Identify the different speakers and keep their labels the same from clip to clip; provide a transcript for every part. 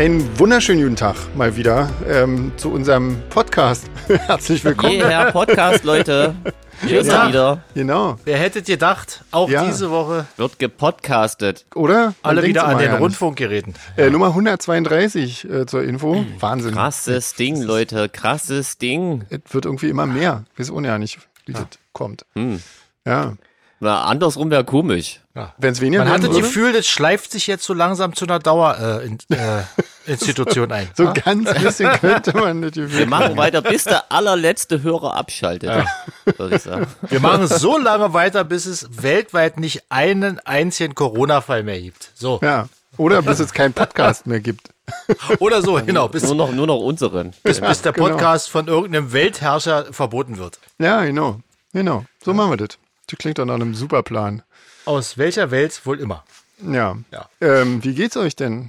Speaker 1: Einen wunderschönen guten Tag mal wieder zu unserem Podcast. Herzlich willkommen.
Speaker 2: Herr Podcast, Leute. Hier ist er wieder.
Speaker 1: Genau.
Speaker 3: Wer hätte gedacht, auch diese Woche
Speaker 2: wird gepodcastet.
Speaker 1: Oder?
Speaker 3: Alle wieder an den Rundfunkgeräten.
Speaker 1: Nummer 132 zur Info. Wahnsinn.
Speaker 2: Krasses Ding, Leute. Krasses Ding.
Speaker 1: Es wird irgendwie immer mehr. Wir wissen ja nicht, wie das kommt. Ja.
Speaker 2: Na, andersrum wäre komisch.
Speaker 1: Ja. Wenn's weniger
Speaker 3: Man hat das
Speaker 1: würde?
Speaker 3: Gefühl, das schleift sich jetzt so langsam zu einer Dauerinstitution ein.
Speaker 1: So ganz bisschen könnte man das Gefühl.
Speaker 2: Wir machen weiter, bis der allerletzte Hörer abschaltet, würde ich sagen.
Speaker 3: Wir machen so lange weiter, bis es weltweit nicht einen einzigen Corona-Fall mehr gibt. So.
Speaker 1: Ja. Oder bis es keinen Podcast mehr gibt.
Speaker 3: Oder so, genau.
Speaker 2: Nur noch unseren.
Speaker 3: Bis der Podcast von irgendeinem Weltherrscher verboten wird.
Speaker 1: Ja, genau. So machen wir das. Das klingt doch nach einem super Plan.
Speaker 3: Aus welcher Welt wohl immer.
Speaker 1: Ja. Wie geht's euch denn?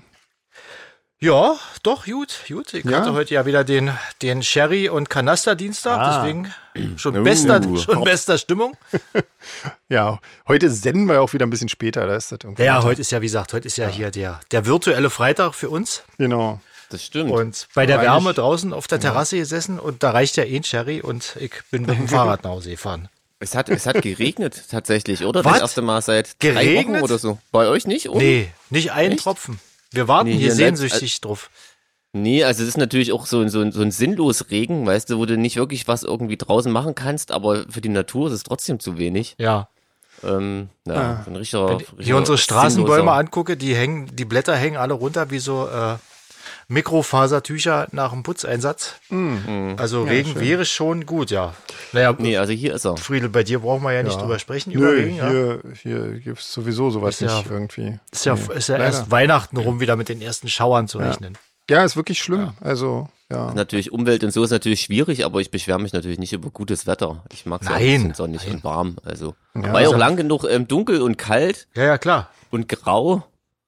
Speaker 3: Ja, doch, gut. Ich hatte heute ja wieder den Sherry- und Kanasterdienstag, deswegen schon bester Stimmung.
Speaker 1: Ja, heute senden wir auch wieder ein bisschen später. Da ist das irgendwie
Speaker 3: Heute ist ja, wie gesagt, hier der virtuelle Freitag für uns.
Speaker 1: Genau.
Speaker 2: Das stimmt.
Speaker 3: Und bei der Wärme draußen auf der Terrasse gesessen und da reicht ja ein Sherry und ich bin mit dem Fahrrad nach Hause gefahren.
Speaker 2: Es hat geregnet tatsächlich, oder?
Speaker 3: Was?
Speaker 2: Das erste Mal seit 3 Wochen oder so. Bei euch nicht? Oder?
Speaker 3: Nee, nicht einen Tropfen. Wir warten hier sehnsüchtig drauf.
Speaker 2: Nee, also es ist natürlich auch so ein sinnlos Regen, weißt du, wo du nicht wirklich was irgendwie draußen machen kannst, aber für die Natur ist es trotzdem zu wenig.
Speaker 3: Ja.
Speaker 2: Ein richtiger,
Speaker 3: Wenn ich hier unsere Straßenbäume angucke, die Blätter hängen alle runter wie so Mikrofasertücher nach dem Putzeinsatz. Also Regen
Speaker 1: schön.
Speaker 3: wäre schon gut, ja. Naja,
Speaker 2: Nee, also hier ist er.
Speaker 3: Friedel, bei dir brauchen wir ja nicht drüber sprechen.
Speaker 1: Nö,
Speaker 3: Über Regen, ja.
Speaker 1: hier gibt es sowieso sowas nicht irgendwie.
Speaker 3: Ist ja erst Weihnachten rum wieder mit den ersten Schauern zu rechnen.
Speaker 1: Ja, ist wirklich schlimm. Also, ja.
Speaker 2: Natürlich Umwelt und so ist natürlich schwierig, aber ich beschwere mich natürlich nicht über gutes Wetter. Ich mag es ja ein bisschen sonnig und warm. Also war ja auch lang genug dunkel und kalt
Speaker 3: Ja, klar.
Speaker 2: und grau.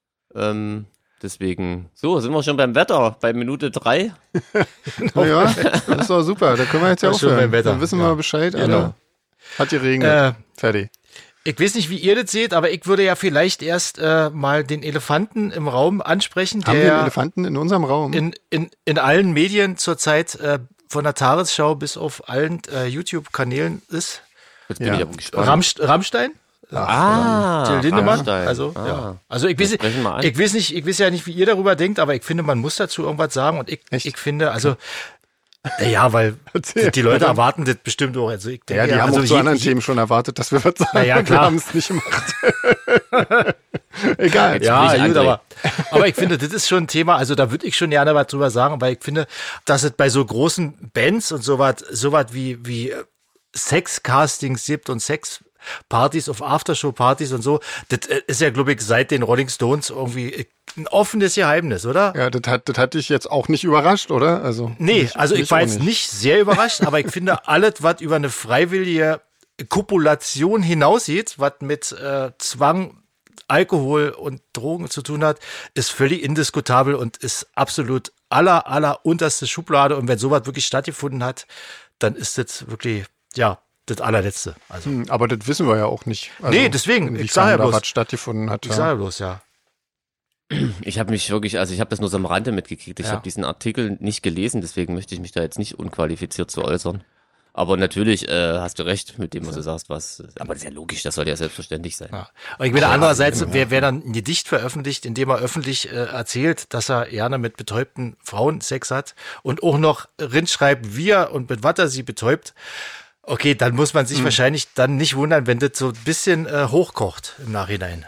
Speaker 2: Deswegen, so, sind wir schon beim Wetter, bei Minute 3.
Speaker 1: Ja, das ist doch super. Da können wir jetzt ja
Speaker 3: Das ist schon
Speaker 1: aufhören.
Speaker 3: beim Wetter.
Speaker 1: Dann wissen wir Bescheid.
Speaker 3: Genau.
Speaker 1: Alle. Hat geregnet. Fertig.
Speaker 3: Ich weiß nicht, wie ihr das seht, aber ich würde ja vielleicht erst mal den Elefanten im Raum ansprechen,
Speaker 1: Haben wir
Speaker 3: der
Speaker 1: einen Elefanten in unserem Raum?
Speaker 3: in allen Medien zurzeit von der Tagesschau bis auf allen YouTube-Kanälen ist.
Speaker 2: Jetzt bin ich aber gespannt.
Speaker 3: Rammstein? Till Lindemann.
Speaker 2: Rammstein.
Speaker 3: Also ich weiß ja nicht, wie ihr darüber denkt, aber ich finde, man muss dazu irgendwas sagen und ich finde, also weil die Leute erwarten das bestimmt auch. Also ich denke,
Speaker 1: die haben
Speaker 3: also
Speaker 1: auch zu anderen Themen schon erwartet, dass wir was sagen.
Speaker 3: Ja, klar.
Speaker 1: Wir haben es nicht gemacht. Egal.
Speaker 3: Ja, gut, aber ich finde, das ist schon ein Thema, also da würde ich schon gerne was drüber sagen, weil ich finde, dass es bei so großen Bands und sowas wie Sexcastings gibt und Sexpartys auf Aftershow-Partys und so, das ist ja, glaube ich, seit den Rolling Stones irgendwie ein offenes Geheimnis, oder?
Speaker 1: Ja, das hat dich jetzt auch nicht überrascht, oder? Also
Speaker 3: Nee, ich war jetzt nicht sehr überrascht, aber ich finde, alles, was über eine freiwillige Kopulation hinausgeht, was mit Zwang, Alkohol und Drogen zu tun hat, ist völlig indiskutabel und ist absolut aller unterste Schublade. Und wenn sowas wirklich stattgefunden hat, dann ist das wirklich, das allerletzte. Also.
Speaker 1: Aber das wissen wir ja auch nicht. Also,
Speaker 3: Nee, deswegen, ich sage ja bloß,
Speaker 1: was stattgefunden hat.
Speaker 3: Ich sage bloß, ja.
Speaker 2: Ich habe mich wirklich, also ich habe das nur so am Rande mitgekriegt. Ich habe diesen Artikel nicht gelesen, deswegen möchte ich mich da jetzt nicht unqualifiziert zu äußern. Aber natürlich hast du recht mit dem, was du sagst, aber das ist ja logisch, das soll ja selbstverständlich sein.
Speaker 3: Ja. Und ich meine, andererseits, wer dann ein Gedicht veröffentlicht, in dem er öffentlich erzählt, dass er gerne mit betäubten Frauen Sex hat und auch noch schreibt, wie er und mit was er sie betäubt, okay, dann muss man sich wahrscheinlich dann nicht wundern, wenn das so ein bisschen hochkocht im Nachhinein.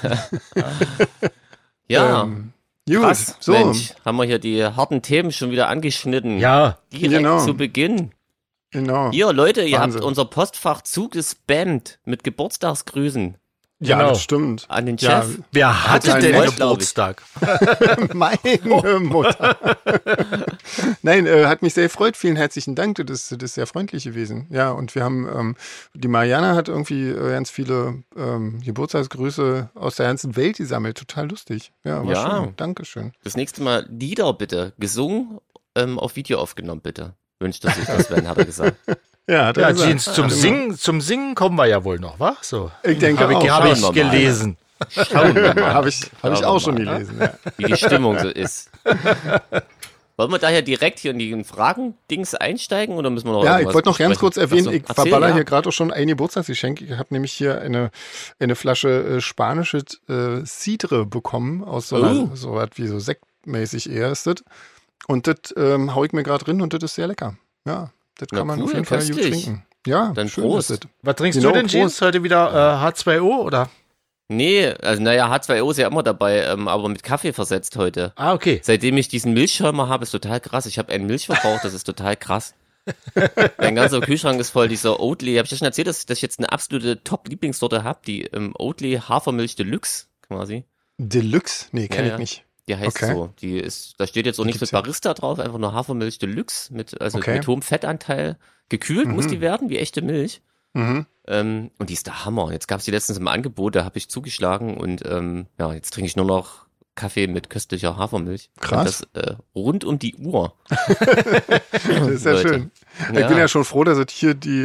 Speaker 2: Ja,
Speaker 1: gut,
Speaker 2: krass,
Speaker 1: so.
Speaker 2: Mensch, haben wir hier die harten Themen schon wieder angeschnitten.
Speaker 3: Ja,
Speaker 2: Direkt zu Beginn.
Speaker 1: Genau.
Speaker 2: Hier, Leute, ihr
Speaker 1: Wahnsinn.
Speaker 2: habt unser Postfach zugespammt mit Geburtstagsgrüßen
Speaker 1: Ja,
Speaker 3: genau.
Speaker 1: das stimmt.
Speaker 2: an den
Speaker 1: Ja,
Speaker 2: Chef.
Speaker 3: wer hatte
Speaker 1: Hat
Speaker 3: denn
Speaker 1: ein
Speaker 3: Geburtstag?
Speaker 1: Meine Mutter. Nein, hat mich sehr gefreut. Vielen herzlichen Dank. Das ist sehr freundlich gewesen. Ja, und wir haben, die Mariana hat irgendwie ganz viele Geburtstagsgrüße aus der ganzen Welt gesammelt. Total lustig. Ja, war schön. Dankeschön.
Speaker 2: Das nächste Mal Lieder bitte, gesungen, auf Video aufgenommen bitte. Wünscht er sich das, Sven, hat er gesagt.
Speaker 1: Ja, hat er gesagt.
Speaker 3: Zum Singen kommen wir ja wohl noch, wa? So.
Speaker 1: Ich denke
Speaker 3: Habe
Speaker 1: auch.
Speaker 3: ich
Speaker 2: Schauen wir mal.
Speaker 3: gelesen.
Speaker 2: Schauen wir mal.
Speaker 1: Habe ich auch schon gelesen. Ja.
Speaker 2: Wie die Stimmung so ist. Wollen wir daher direkt hier in die Fragen-Dings einsteigen oder müssen wir noch
Speaker 1: Ja,
Speaker 2: irgendwas
Speaker 1: ich wollte noch ganz kurz erwähnen, ich verballer hier gerade auch schon ein Geburtstagsgeschenk. Ich habe nämlich hier eine Flasche spanische Cidre bekommen, aus so was wie so sektmäßig eher ist das. Und das hau ich mir gerade drin und das ist sehr lecker. Ja, das kann man auf jeden Fall gut trinken. Ja,
Speaker 2: dann
Speaker 1: schön
Speaker 2: Prost.
Speaker 1: ist das.
Speaker 3: Was trinkst du denn, James? Heute wieder H2O, oder?
Speaker 2: Nee, also H2O ist ja immer dabei, aber mit Kaffee versetzt heute.
Speaker 3: Ah, okay.
Speaker 2: Seitdem ich diesen Milchschäumer habe, ist total krass. Ich habe einen Milchverbrauch, das ist total krass. Mein ganzer Kühlschrank ist voll dieser Oatly. Habe ich dir schon erzählt, dass ich jetzt eine absolute Top-Lieblingssorte habe, die Oatly Hafermilch Deluxe quasi.
Speaker 1: Deluxe? Nee, kenne ich nicht.
Speaker 2: Die heißt so. Da steht jetzt auch nichts mit Barista drauf, einfach nur Hafermilch Deluxe mit hohem Fettanteil. Gekühlt muss die werden, wie echte Milch. Und die ist der Hammer. Jetzt gab es die letztens im Angebot, da habe ich zugeschlagen und jetzt trinke ich nur noch Kaffee mit köstlicher Hafermilch.
Speaker 1: Krass.
Speaker 2: Und das rund um die Uhr.
Speaker 1: Das ist ja schön. Ja. Ich bin ja schon froh, dass es hier die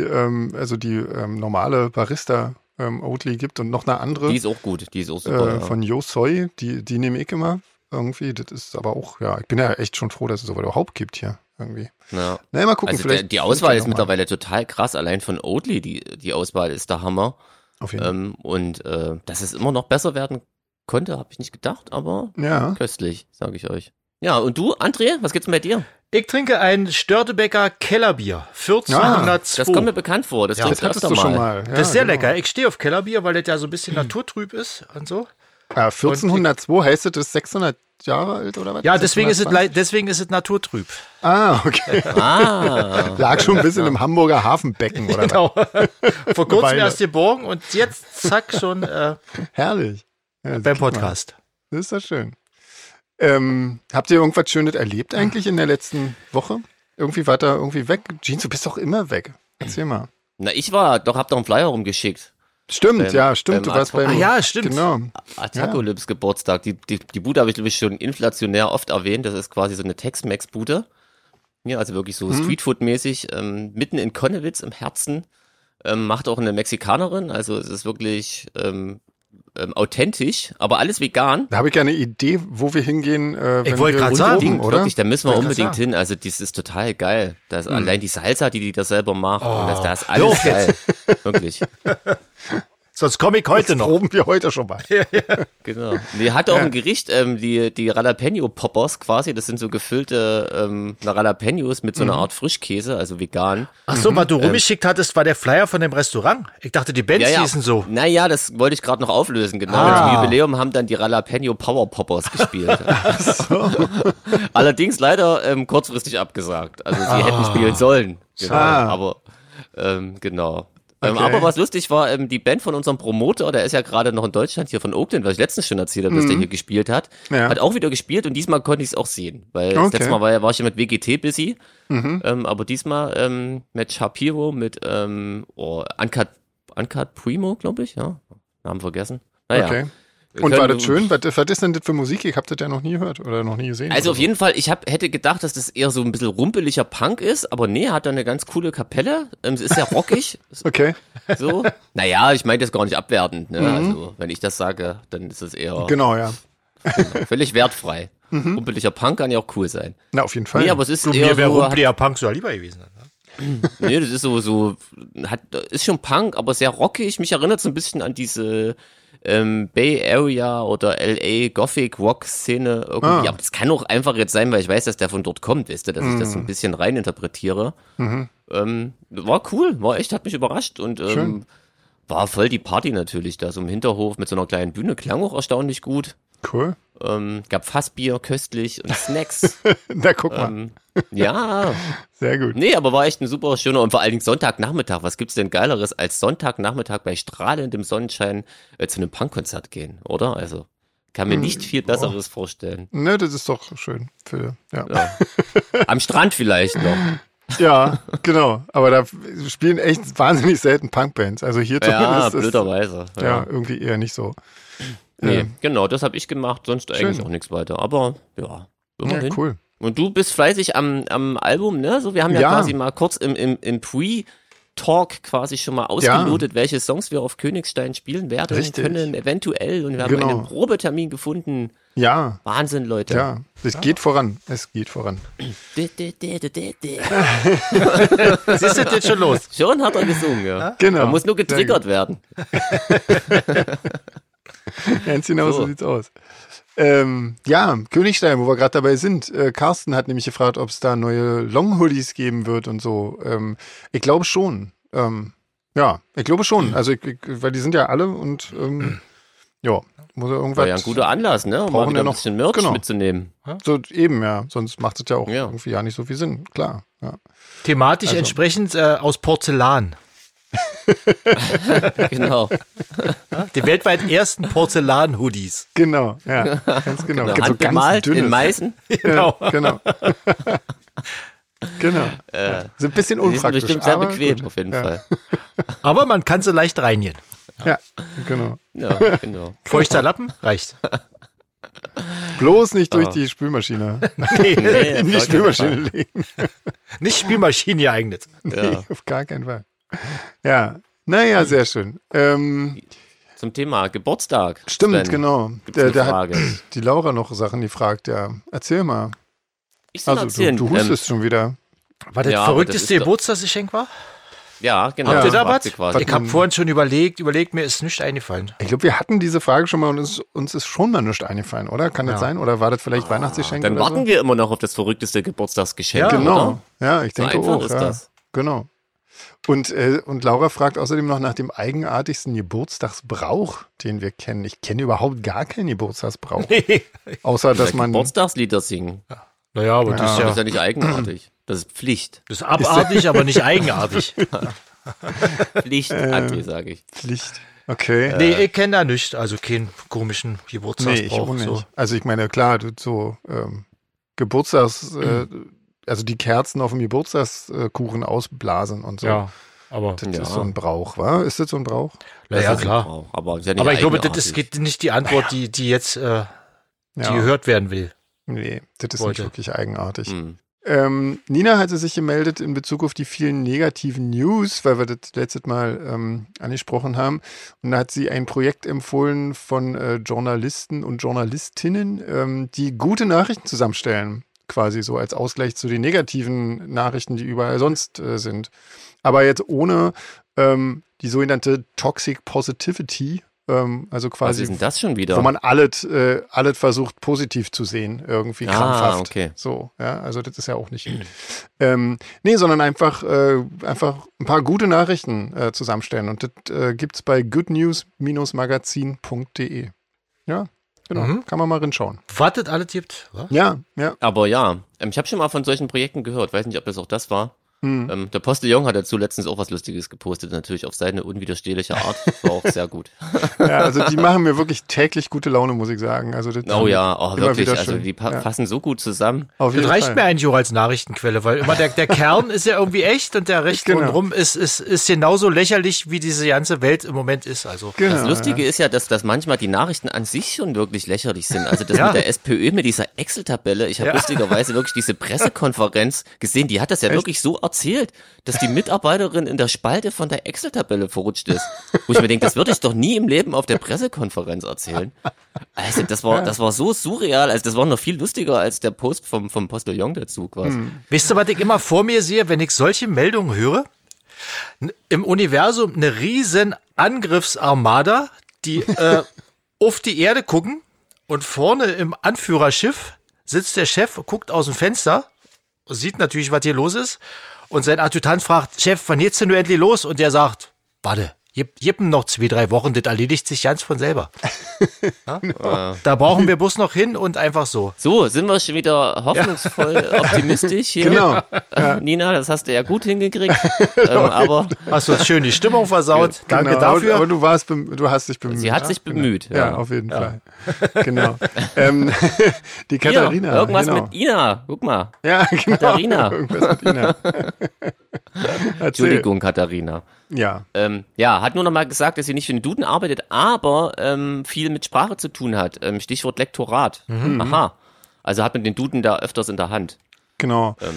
Speaker 1: normale Barista Oatly gibt und noch eine andere.
Speaker 2: Die ist auch gut, die ist auch super.
Speaker 1: Von Yo Soy, die nehme ich immer irgendwie. Das ist aber auch, ich bin ja echt schon froh, dass es sowas überhaupt gibt hier. Irgendwie.
Speaker 2: Ja.
Speaker 1: Mal gucken,
Speaker 2: also
Speaker 1: vielleicht.
Speaker 2: Die Auswahl ist mittlerweile total krass. Allein von Oatly, die Auswahl ist der Hammer.
Speaker 1: Auf jeden Fall.
Speaker 2: Und dass es immer noch besser werden konnte, habe ich nicht gedacht, aber köstlich, sage ich euch. Ja, und du, André, was gibt's bei dir?
Speaker 3: Ich trinke ein Störtebeker Kellerbier, 1402.
Speaker 2: Das kommt mir bekannt vor, das trinkst du öfter
Speaker 1: schon mal. Ja,
Speaker 3: das ist sehr lecker. Ich stehe auf Kellerbier, weil das ja so ein bisschen naturtrüb ist und so.
Speaker 1: Ja, 1402 heißt das 600 Jahre alt oder was?
Speaker 3: Ja, deswegen ist es naturtrüb.
Speaker 1: Ah, okay. Lag schon ein bisschen im Hamburger Hafenbecken, oder
Speaker 3: genau. Vor kurzem erst geborgen und jetzt zack schon
Speaker 1: herrlich. Ja,
Speaker 3: beim Podcast.
Speaker 1: Das ist doch schön. Habt ihr irgendwas Schönes erlebt eigentlich in der letzten Woche? Irgendwie war da irgendwie weg. Jeans, du bist doch immer weg. Erzähl mal.
Speaker 2: Na, hab doch einen Flyer rumgeschickt.
Speaker 1: Stimmt, stimmt. Du warst beim.
Speaker 3: Stimmt.
Speaker 1: Genau.
Speaker 2: Attacolyps Geburtstag. Die Bude habe ich, glaube ich, schon inflationär oft erwähnt. Das ist quasi so eine Tex-Mex-Bude. Ja, also wirklich so Streetfood-mäßig. Mitten in Konnewitz im Herzen. Macht auch eine Mexikanerin. Also es ist wirklich authentisch, aber alles vegan.
Speaker 1: Da habe ich ja eine Idee, wo wir hingehen, wenn
Speaker 3: ich wollte gerade
Speaker 2: sagen, oder? Wirklich, da müssen wir unbedingt hin. Also das ist total geil. Das allein die Salsa, die da selber macht, und das ist alles geil. Wirklich.
Speaker 3: Sonst komme ich heute noch.
Speaker 1: Proben wir heute schon mal.
Speaker 2: Genau. Die hat auch ein Gericht, die Jalapeno-Poppers quasi, das sind so gefüllte Jalapenos mit so einer Art Frischkäse, also vegan.
Speaker 3: Ach so, was du rumgeschickt hattest, war der Flyer von dem Restaurant. Ich dachte, die Bands hießen so.
Speaker 2: Naja, das wollte ich gerade noch auflösen, genau. Zum Jubiläum haben dann die Jalapeno Power Poppers gespielt. So. Allerdings leider kurzfristig abgesagt. Also sie hätten spielen sollen. Genau. Aber genau. Okay. Aber was lustig war, die Band von unserem Promoter, der ist ja gerade noch in Deutschland, hier von Oakland, was ich letztens schon erzählt habe, dass der hier gespielt hat, hat auch wieder gespielt und diesmal konnte ich es auch sehen, weil das letzte Mal war ich ja mit WGT busy, aber diesmal mit Shapiro, mit Uncut Primo, glaube ich, Namen vergessen. Naja. Okay.
Speaker 1: Und war das schön? Was ist denn das für Musik? Ich hab das ja noch nie gehört oder noch nie gesehen.
Speaker 2: Also auf jeden Fall, hätte gedacht, dass das eher so ein bisschen rumpeliger Punk ist, aber nee, hat da eine ganz coole Kapelle. Es ist sehr rockig.
Speaker 1: Okay.
Speaker 2: So. Naja, ich meine das gar nicht abwertend. Ne? Also wenn ich das sage, dann ist es eher völlig wertfrei. Rumpeliger Punk kann ja auch cool sein.
Speaker 1: Na, auf jeden Fall.
Speaker 2: Nee, aber es ist
Speaker 3: eher wäre rumpeliger Punk so lieber gewesen.
Speaker 2: Nee, das ist ist schon Punk, aber sehr rockig. Mich erinnert so ein bisschen an diese Bay Area oder LA Gothic Rock Szene irgendwie. Aber das kann auch einfach jetzt sein, weil ich weiß, dass der von dort kommt, weißt du, dass ich das so ein bisschen reininterpretiere. War cool, hat mich überrascht und war voll die Party natürlich da so im Hinterhof mit so einer kleinen Bühne, klang auch erstaunlich gut.
Speaker 1: Cool.
Speaker 2: Gab Fassbier, köstlich und Snacks.
Speaker 1: Na, guck mal.
Speaker 2: Ja.
Speaker 1: Sehr gut.
Speaker 2: Nee, aber war echt ein super schöner und vor allen Dingen Sonntagnachmittag. Was gibt's denn Geileres als Sonntagnachmittag bei strahlendem Sonnenschein zu einem Punkkonzert gehen, oder? Also, kann mir nicht viel Besseres vorstellen.
Speaker 1: Ne, das ist doch schön.
Speaker 2: Am Strand vielleicht noch.
Speaker 1: Ja, genau. Aber da spielen echt wahnsinnig selten Punkbands. Also hier zumindest.
Speaker 2: Ja, blöderweise.
Speaker 1: Ja, irgendwie eher nicht so.
Speaker 2: Nee, genau, das habe ich gemacht, sonst eigentlich auch nichts weiter. Aber ja, immerhin.
Speaker 1: Ja, cool.
Speaker 2: Und du bist fleißig am Album, ne? So, wir haben ja quasi mal kurz im Pre-Talk quasi schon mal ausgelotet, welche Songs wir auf Königstein spielen werden können, eventuell. Und wir haben einen Probetermin gefunden.
Speaker 1: Ja.
Speaker 2: Wahnsinn, Leute.
Speaker 1: Ja, es geht voran. Es geht voran.
Speaker 3: Siehst du, das jetzt schon los?
Speaker 2: Schon hat er gesungen, ja.
Speaker 1: Genau.
Speaker 2: Er muss nur getriggert werden.
Speaker 1: Ganz genau so sieht's aus. Ja, Königstein, wo wir gerade dabei sind. Carsten hat nämlich gefragt, ob es da neue Long-Hoodies geben wird und so. Ich glaube schon. Ja, ich glaube schon. Also, weil die sind ja alle und ja, muss er irgendwas.
Speaker 2: War ja ein guter Anlass, ne? Um mal wieder ein bisschen Merch mitzunehmen.
Speaker 1: So eben, ja. Sonst macht es ja auch irgendwie ja nicht so viel Sinn. Klar. Ja.
Speaker 3: Thematisch entsprechend aus Porzellan.
Speaker 2: Genau.
Speaker 3: Die weltweit ersten Porzellan-Hoodies.
Speaker 1: Genau, ja, ganz genau.
Speaker 2: Genau. Handbemalt in Meißen.
Speaker 3: Genau.
Speaker 1: Ja, genau. Genau. Sind ein bisschen unpraktisch.
Speaker 2: Bestimmt sehr bequem auf jeden Fall.
Speaker 3: Aber man kann sie leicht reinigen.
Speaker 1: Ja, genau.
Speaker 2: Ja, genau.
Speaker 3: Feuchter Lappen reicht.
Speaker 1: Bloß nicht durch die Spülmaschine.
Speaker 2: Nee,
Speaker 1: In die Spülmaschine legen.
Speaker 3: Nicht Spülmaschine geeignet.
Speaker 1: Nee, auf gar keinen Fall. Ja, naja, sehr schön.
Speaker 2: Zum Thema Geburtstag.
Speaker 1: Stimmt,
Speaker 2: Sven,
Speaker 1: genau.
Speaker 2: gibt's eine
Speaker 1: Da
Speaker 2: Frage.
Speaker 1: hat die Laura noch Sachen, die fragt, ja. Erzähl mal.
Speaker 2: Ich soll erzählen.
Speaker 1: Du hustest schon wieder.
Speaker 3: War das
Speaker 2: Ja, aber
Speaker 3: verrückteste
Speaker 2: das ist doch-
Speaker 3: Geburtstagsgeschenk war?
Speaker 2: Ja, genau.
Speaker 3: Habt ihr da
Speaker 2: fragt
Speaker 3: was?
Speaker 2: sie quasi.
Speaker 3: Ich habe vorhin schon überlegt, mir ist nichts eingefallen.
Speaker 1: Ich glaube, wir hatten diese Frage schon mal und uns ist schon mal nichts eingefallen, oder? Kann das sein? Oder war das vielleicht Weihnachtsgeschenk
Speaker 2: Dann
Speaker 1: oder
Speaker 2: warten
Speaker 1: so?
Speaker 2: wir immer noch auf das verrückteste Geburtstagsgeschenk.
Speaker 3: Ja,
Speaker 1: Genau.
Speaker 2: Oder?
Speaker 1: Ja, ich
Speaker 2: So
Speaker 1: denke
Speaker 2: einfach
Speaker 1: auch.
Speaker 2: ist
Speaker 1: Ja.
Speaker 2: das.
Speaker 1: Genau. Und Laura fragt außerdem noch nach dem eigenartigsten Geburtstagsbrauch, den wir kennen. Ich kenne überhaupt gar keinen Geburtstagsbrauch. Außer, dass man.
Speaker 2: Geburtstagslieder singen.
Speaker 3: Naja, aber das ist
Speaker 2: Das ist
Speaker 3: ja
Speaker 2: ja nicht eigenartig. Das ist Pflicht.
Speaker 3: das ist abartig, aber nicht eigenartig.
Speaker 2: Pflicht, Andi, sage ich.
Speaker 1: Pflicht. Okay.
Speaker 3: Nee, ich kenne da nichts. Also keinen komischen
Speaker 1: Nee, ich
Speaker 3: Geburtstagsbrauch.
Speaker 1: auch nicht.
Speaker 3: So.
Speaker 1: Also ich meine, klar, so also die Kerzen auf dem Geburtstagskuchen ausblasen und so.
Speaker 3: Ja, aber
Speaker 1: Das ist so ein Brauch, wa? Ist das so ein Brauch?
Speaker 3: naja,
Speaker 2: Das ist ein
Speaker 3: klar.
Speaker 2: Brauch, aber ist ja nicht
Speaker 3: Aber ich glaube,
Speaker 2: eigenartig.
Speaker 3: das ist nicht die Antwort, die jetzt
Speaker 1: Ja.
Speaker 3: gehört werden will.
Speaker 1: Nee, das ist
Speaker 3: Wollte.
Speaker 1: nicht wirklich eigenartig.
Speaker 2: Hm.
Speaker 1: Nina hatte sich gemeldet in Bezug auf die vielen negativen News, weil wir das letztes Mal angesprochen haben. Und da hat sie ein Projekt empfohlen von Journalisten und Journalistinnen, die gute Nachrichten zusammenstellen. Quasi so als Ausgleich zu den negativen Nachrichten, die überall sonst sind. Aber jetzt ohne die sogenannte Toxic Positivity, also
Speaker 2: Was
Speaker 1: quasi
Speaker 2: ist denn das schon wieder?
Speaker 1: wo man alles versucht positiv zu sehen, irgendwie krampfhaft.
Speaker 2: Okay.
Speaker 1: So, ja, also das ist ja auch nicht. Nee, sondern einfach ein paar gute Nachrichten zusammenstellen. Und das gibt's bei goodnews-magazin.de. Ja, genau. Kann man mal rinschauen.
Speaker 3: Was das alles gibt. wa?
Speaker 1: Ja, ja.
Speaker 2: Aber ja, ich habe schon mal von solchen Projekten gehört. Weiß nicht, ob das auch das war. Der Postillon hat dazu letztens auch was Lustiges gepostet, natürlich auf seine unwiderstehliche Art. War auch sehr gut.
Speaker 1: Ja, also die machen mir wirklich täglich gute Laune, muss ich sagen. Also das
Speaker 2: Oh ja, auch
Speaker 1: immer
Speaker 2: wirklich.
Speaker 1: wieder
Speaker 2: Also
Speaker 1: schön.
Speaker 2: die
Speaker 1: Ja.
Speaker 2: passen so gut zusammen.
Speaker 1: Auf jeden
Speaker 3: Das reicht
Speaker 1: Fall.
Speaker 3: mir eigentlich auch als Nachrichtenquelle, weil immer der Kern ist ja irgendwie echt und der Rest
Speaker 1: Genau.
Speaker 3: rundherum ist genauso lächerlich, wie diese ganze Welt im Moment ist. Also
Speaker 1: Genau,
Speaker 2: Das Lustige ist ja, dass manchmal die Nachrichten an sich schon wirklich lächerlich sind. Also das
Speaker 3: Ja.
Speaker 2: mit der SPÖ, mit dieser Excel-Tabelle. Ich habe lustigerweise wirklich diese Pressekonferenz gesehen. Die hat das ja wirklich so erzählt, dass die Mitarbeiterin in der Spalte von der Excel-Tabelle verrutscht ist. Wo ich mir denke, das würde ich doch nie im Leben auf der Pressekonferenz erzählen. Also das war so surreal. Also das war noch viel lustiger als der Post vom Postillon dazu quasi.
Speaker 3: Wisst ihr, was ich immer vor mir sehe, wenn ich solche Meldungen höre? Im Universum eine riesen Angriffsarmada, die auf die Erde gucken und vorne im Anführerschiff sitzt der Chef, guckt aus dem Fenster, sieht natürlich, was hier los ist und sein Adjutant fragt, Chef, wann geht's denn nur endlich los? Und der sagt, warte, gib ihm noch 2-3 Wochen, das erledigt sich ganz von selber. Ja? Da brauchen wir bloß noch hin und einfach so.
Speaker 2: So, sind wir schon wieder hoffnungsvoll optimistisch hier.
Speaker 1: Genau.
Speaker 2: Nina, das hast du ja gut hingekriegt. Aber
Speaker 3: Hast du uns schön die Stimmung versaut. Danke
Speaker 1: Genau,
Speaker 3: dafür.
Speaker 1: Aber du hast dich bemüht.
Speaker 2: sie hat
Speaker 1: ja?
Speaker 2: sich bemüht.
Speaker 1: Ja, auf jeden Fall. Genau. Die
Speaker 2: Hier,
Speaker 1: Katharina.
Speaker 2: irgendwas
Speaker 1: genau.
Speaker 2: mit Ina. Guck mal.
Speaker 1: Ja, genau.
Speaker 2: Katharina.
Speaker 1: Irgendwas mit Ina. Erzähl.
Speaker 2: Entschuldigung, Katharina.
Speaker 1: Ja.
Speaker 2: Hat nur noch mal gesagt, dass sie nicht für den Duden arbeitet, aber viel mit Sprache zu tun hat. Stichwort Lektorat. Aha. Also hat man den Duden da öfters in der Hand.
Speaker 1: Genau.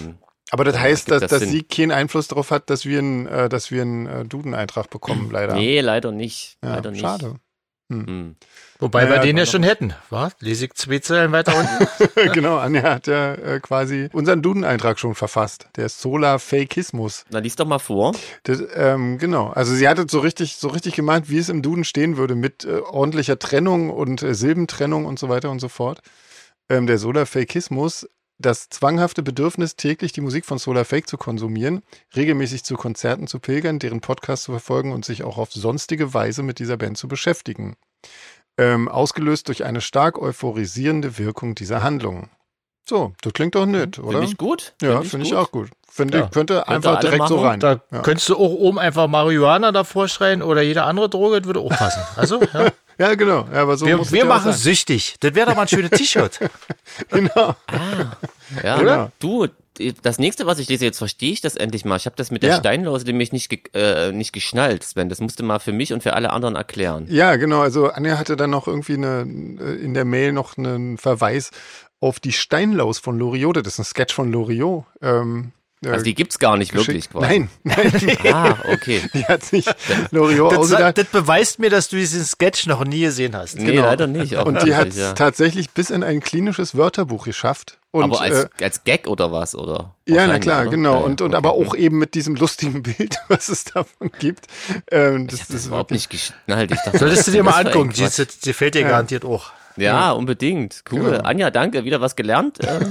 Speaker 1: Aber das heißt, dass
Speaker 2: Sinn.
Speaker 1: sie keinen Einfluss darauf hat, dass wir einen Duden-Eintrag bekommen, leider.
Speaker 2: Nee, leider nicht.
Speaker 1: Ja,
Speaker 2: Leider nicht.
Speaker 1: schade.
Speaker 3: Wobei wir den ja schon hätten. Was? Lese ich 2 Zeilen weiter unten?
Speaker 1: Genau, Anja hat ja quasi unseren Duden-Eintrag schon verfasst. Der Solarfakismus.
Speaker 2: Na, lies doch mal vor.
Speaker 1: Das, genau, also sie hatte so richtig gemeint, wie es im Duden stehen würde, mit ordentlicher Trennung und Silbentrennung und so weiter und so fort. Der Solarfakismus, das zwanghafte Bedürfnis, täglich die Musik von Solarfake zu konsumieren, regelmäßig zu Konzerten zu pilgern, deren Podcasts zu verfolgen und sich auch auf sonstige Weise mit dieser Band zu beschäftigen. Ausgelöst durch eine stark euphorisierende Wirkung dieser Handlung. So, das klingt doch nett, oder?
Speaker 2: Finde ich gut.
Speaker 1: Ja, finde ich auch gut. Könnte einfach
Speaker 2: alle
Speaker 1: direkt so
Speaker 2: machen.
Speaker 1: rein.
Speaker 3: Da könntest du auch oben einfach Marihuana davor schreien oder jede andere Droge, das würde auch passen. Also, ja.
Speaker 1: Ja, genau. Ja, aber so muss es
Speaker 3: Wir
Speaker 1: ja auch
Speaker 3: machen
Speaker 1: sein.
Speaker 3: süchtig. Das wäre doch mal ein schönes T-Shirt.
Speaker 1: Genau.
Speaker 2: Ja,
Speaker 1: Oder?
Speaker 2: Du, das nächste, was ich lese, jetzt verstehe ich das endlich mal. Ich habe das mit der
Speaker 1: Ja.
Speaker 2: Steinlose nämlich nicht geschnallt, Sven. Das musst du mal für mich und für alle anderen erklären.
Speaker 1: Ja, genau. Also Anja hatte dann noch irgendwie in der Mail noch einen Verweis auf die Steinlaus von Loriot. Das ist ein Sketch von Loriot.
Speaker 2: Also die gibt's gar nicht wirklich quasi.
Speaker 1: Nein.
Speaker 2: Ah, okay.
Speaker 1: Die hat sich Loriot
Speaker 3: Das
Speaker 1: ausgedacht.
Speaker 3: beweist mir, dass du diesen Sketch noch nie gesehen hast.
Speaker 2: Nee,
Speaker 1: Genau.
Speaker 2: leider nicht. Auch
Speaker 1: Und die hat
Speaker 2: wirklich, ja.
Speaker 1: tatsächlich bis in ein klinisches Wörterbuch geschafft. Und,
Speaker 2: Aber als Gag oder was? Oder?
Speaker 1: ja, na
Speaker 2: Wahrscheinlich,
Speaker 1: klar,
Speaker 2: oder?
Speaker 1: genau.
Speaker 2: Ja,
Speaker 1: Und
Speaker 2: okay.
Speaker 1: aber auch eben mit diesem lustigen Bild, was es davon gibt.
Speaker 2: Das ist überhaupt nicht geschnallt. Ich dachte,
Speaker 3: Solltest du dir mal
Speaker 2: das war
Speaker 3: angucken.
Speaker 2: irgendwas.
Speaker 3: Die fällt dir garantiert auch.
Speaker 2: Ja, unbedingt. Cool.
Speaker 1: Genau.
Speaker 2: Anja, danke. Wieder was gelernt. Das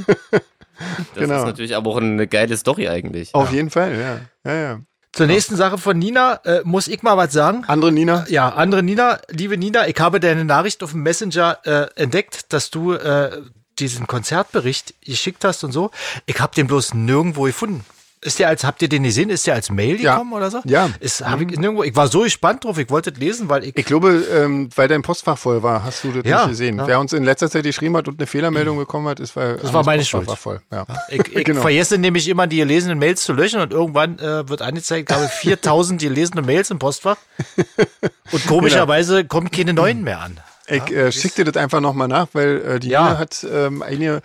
Speaker 1: Genau.
Speaker 2: ist natürlich aber auch eine geile Story eigentlich.
Speaker 1: Auf jeden Fall, ja.
Speaker 3: Zur nächsten Sache von Nina muss ich mal was sagen.
Speaker 1: Andere Nina?
Speaker 3: Ja, andere Nina, liebe Nina, ich habe deine Nachricht auf dem Messenger entdeckt, dass du diesen Konzertbericht geschickt hast und so. Ich habe den bloß nirgendwo gefunden. Habt ihr den gesehen? Ist der als Mail gekommen oder so?
Speaker 1: Ja.
Speaker 3: Ich war so gespannt drauf, ich wollte es lesen, weil
Speaker 1: Ich glaube, weil dein Postfach voll war, hast du das
Speaker 3: Ja,
Speaker 1: nicht gesehen.
Speaker 3: ja.
Speaker 1: Wer uns in letzter Zeit geschrieben hat und eine Fehlermeldung bekommen hat, ist, weil
Speaker 3: Das war meine
Speaker 1: Postfach
Speaker 3: Schuld.
Speaker 1: war voll. Ja.
Speaker 3: Ich
Speaker 1: Genau.
Speaker 3: vergesse nämlich immer, die gelesenen Mails zu löschen und irgendwann wird angezeigt, ich habe 4000 gelesene Mails im Postfach und komischerweise kommen keine neuen mehr an.
Speaker 1: Ich schick dir das einfach nochmal nach, weil die
Speaker 3: Ja.
Speaker 1: Nina hat einige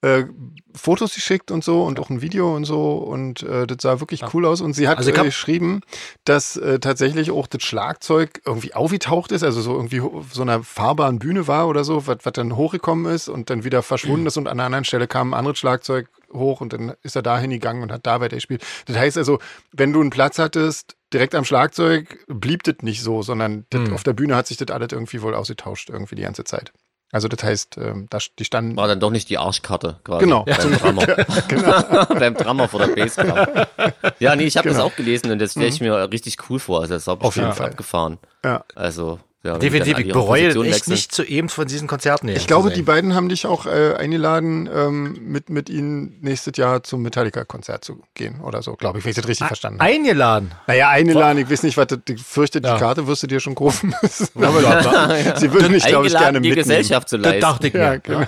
Speaker 1: Fotos geschickt und so und auch ein Video und so und das sah wirklich cool aus und sie hat
Speaker 3: Also ich hab-
Speaker 1: geschrieben, dass tatsächlich auch das Schlagzeug irgendwie aufgetaucht ist, also so irgendwie so einer fahrbaren Bühne war oder so, was dann hochgekommen ist und dann wieder verschwunden ist und an einer anderen Stelle kam ein anderes Schlagzeug hoch und dann ist er da hingegangen und hat da weiter gespielt. Das heißt also, wenn du einen Platz hattest, direkt am Schlagzeug, blieb das nicht so, sondern das, auf der Bühne hat sich das alles irgendwie wohl ausgetauscht, irgendwie die ganze Zeit. Also das heißt, die standen...
Speaker 2: War dann doch nicht die Arschkarte quasi.
Speaker 1: Genau.
Speaker 2: Beim Drummer. Beim Drummer vor der Bassdrum. Ja, nee, ich habe das auch gelesen und das stelle ich mir richtig cool vor. Also das habe ich
Speaker 1: Auf jeden
Speaker 2: schon
Speaker 1: Fall.
Speaker 2: abgefahren.
Speaker 1: Ja.
Speaker 2: Also, ja, wenn die
Speaker 3: Definitiv,
Speaker 2: dann
Speaker 3: ich
Speaker 2: ihre
Speaker 3: bereue
Speaker 2: Position
Speaker 3: echt
Speaker 2: wechseln.
Speaker 3: nicht zu eben von diesen Konzerten her
Speaker 1: Ich glaube,
Speaker 3: zu
Speaker 1: die
Speaker 3: sein.
Speaker 1: beiden haben dich auch eingeladen, mit ihnen nächstes Jahr zum Metallica-Konzert zu gehen oder so, glaube ich, wenn ich das richtig verstanden habe.
Speaker 3: Eingeladen.
Speaker 1: Naja, eingeladen, ich weiß nicht, was ich fürchte, die
Speaker 3: Ja.
Speaker 1: Karte wirst du dir schon kaufen müssen. Aber sie würden mich, glaube ich, gerne
Speaker 2: Eingeladen, die
Speaker 1: mitnehmen.
Speaker 2: Gesellschaft zu
Speaker 3: Das
Speaker 2: leisten.
Speaker 3: dachte ich mir.
Speaker 1: Ja, genau.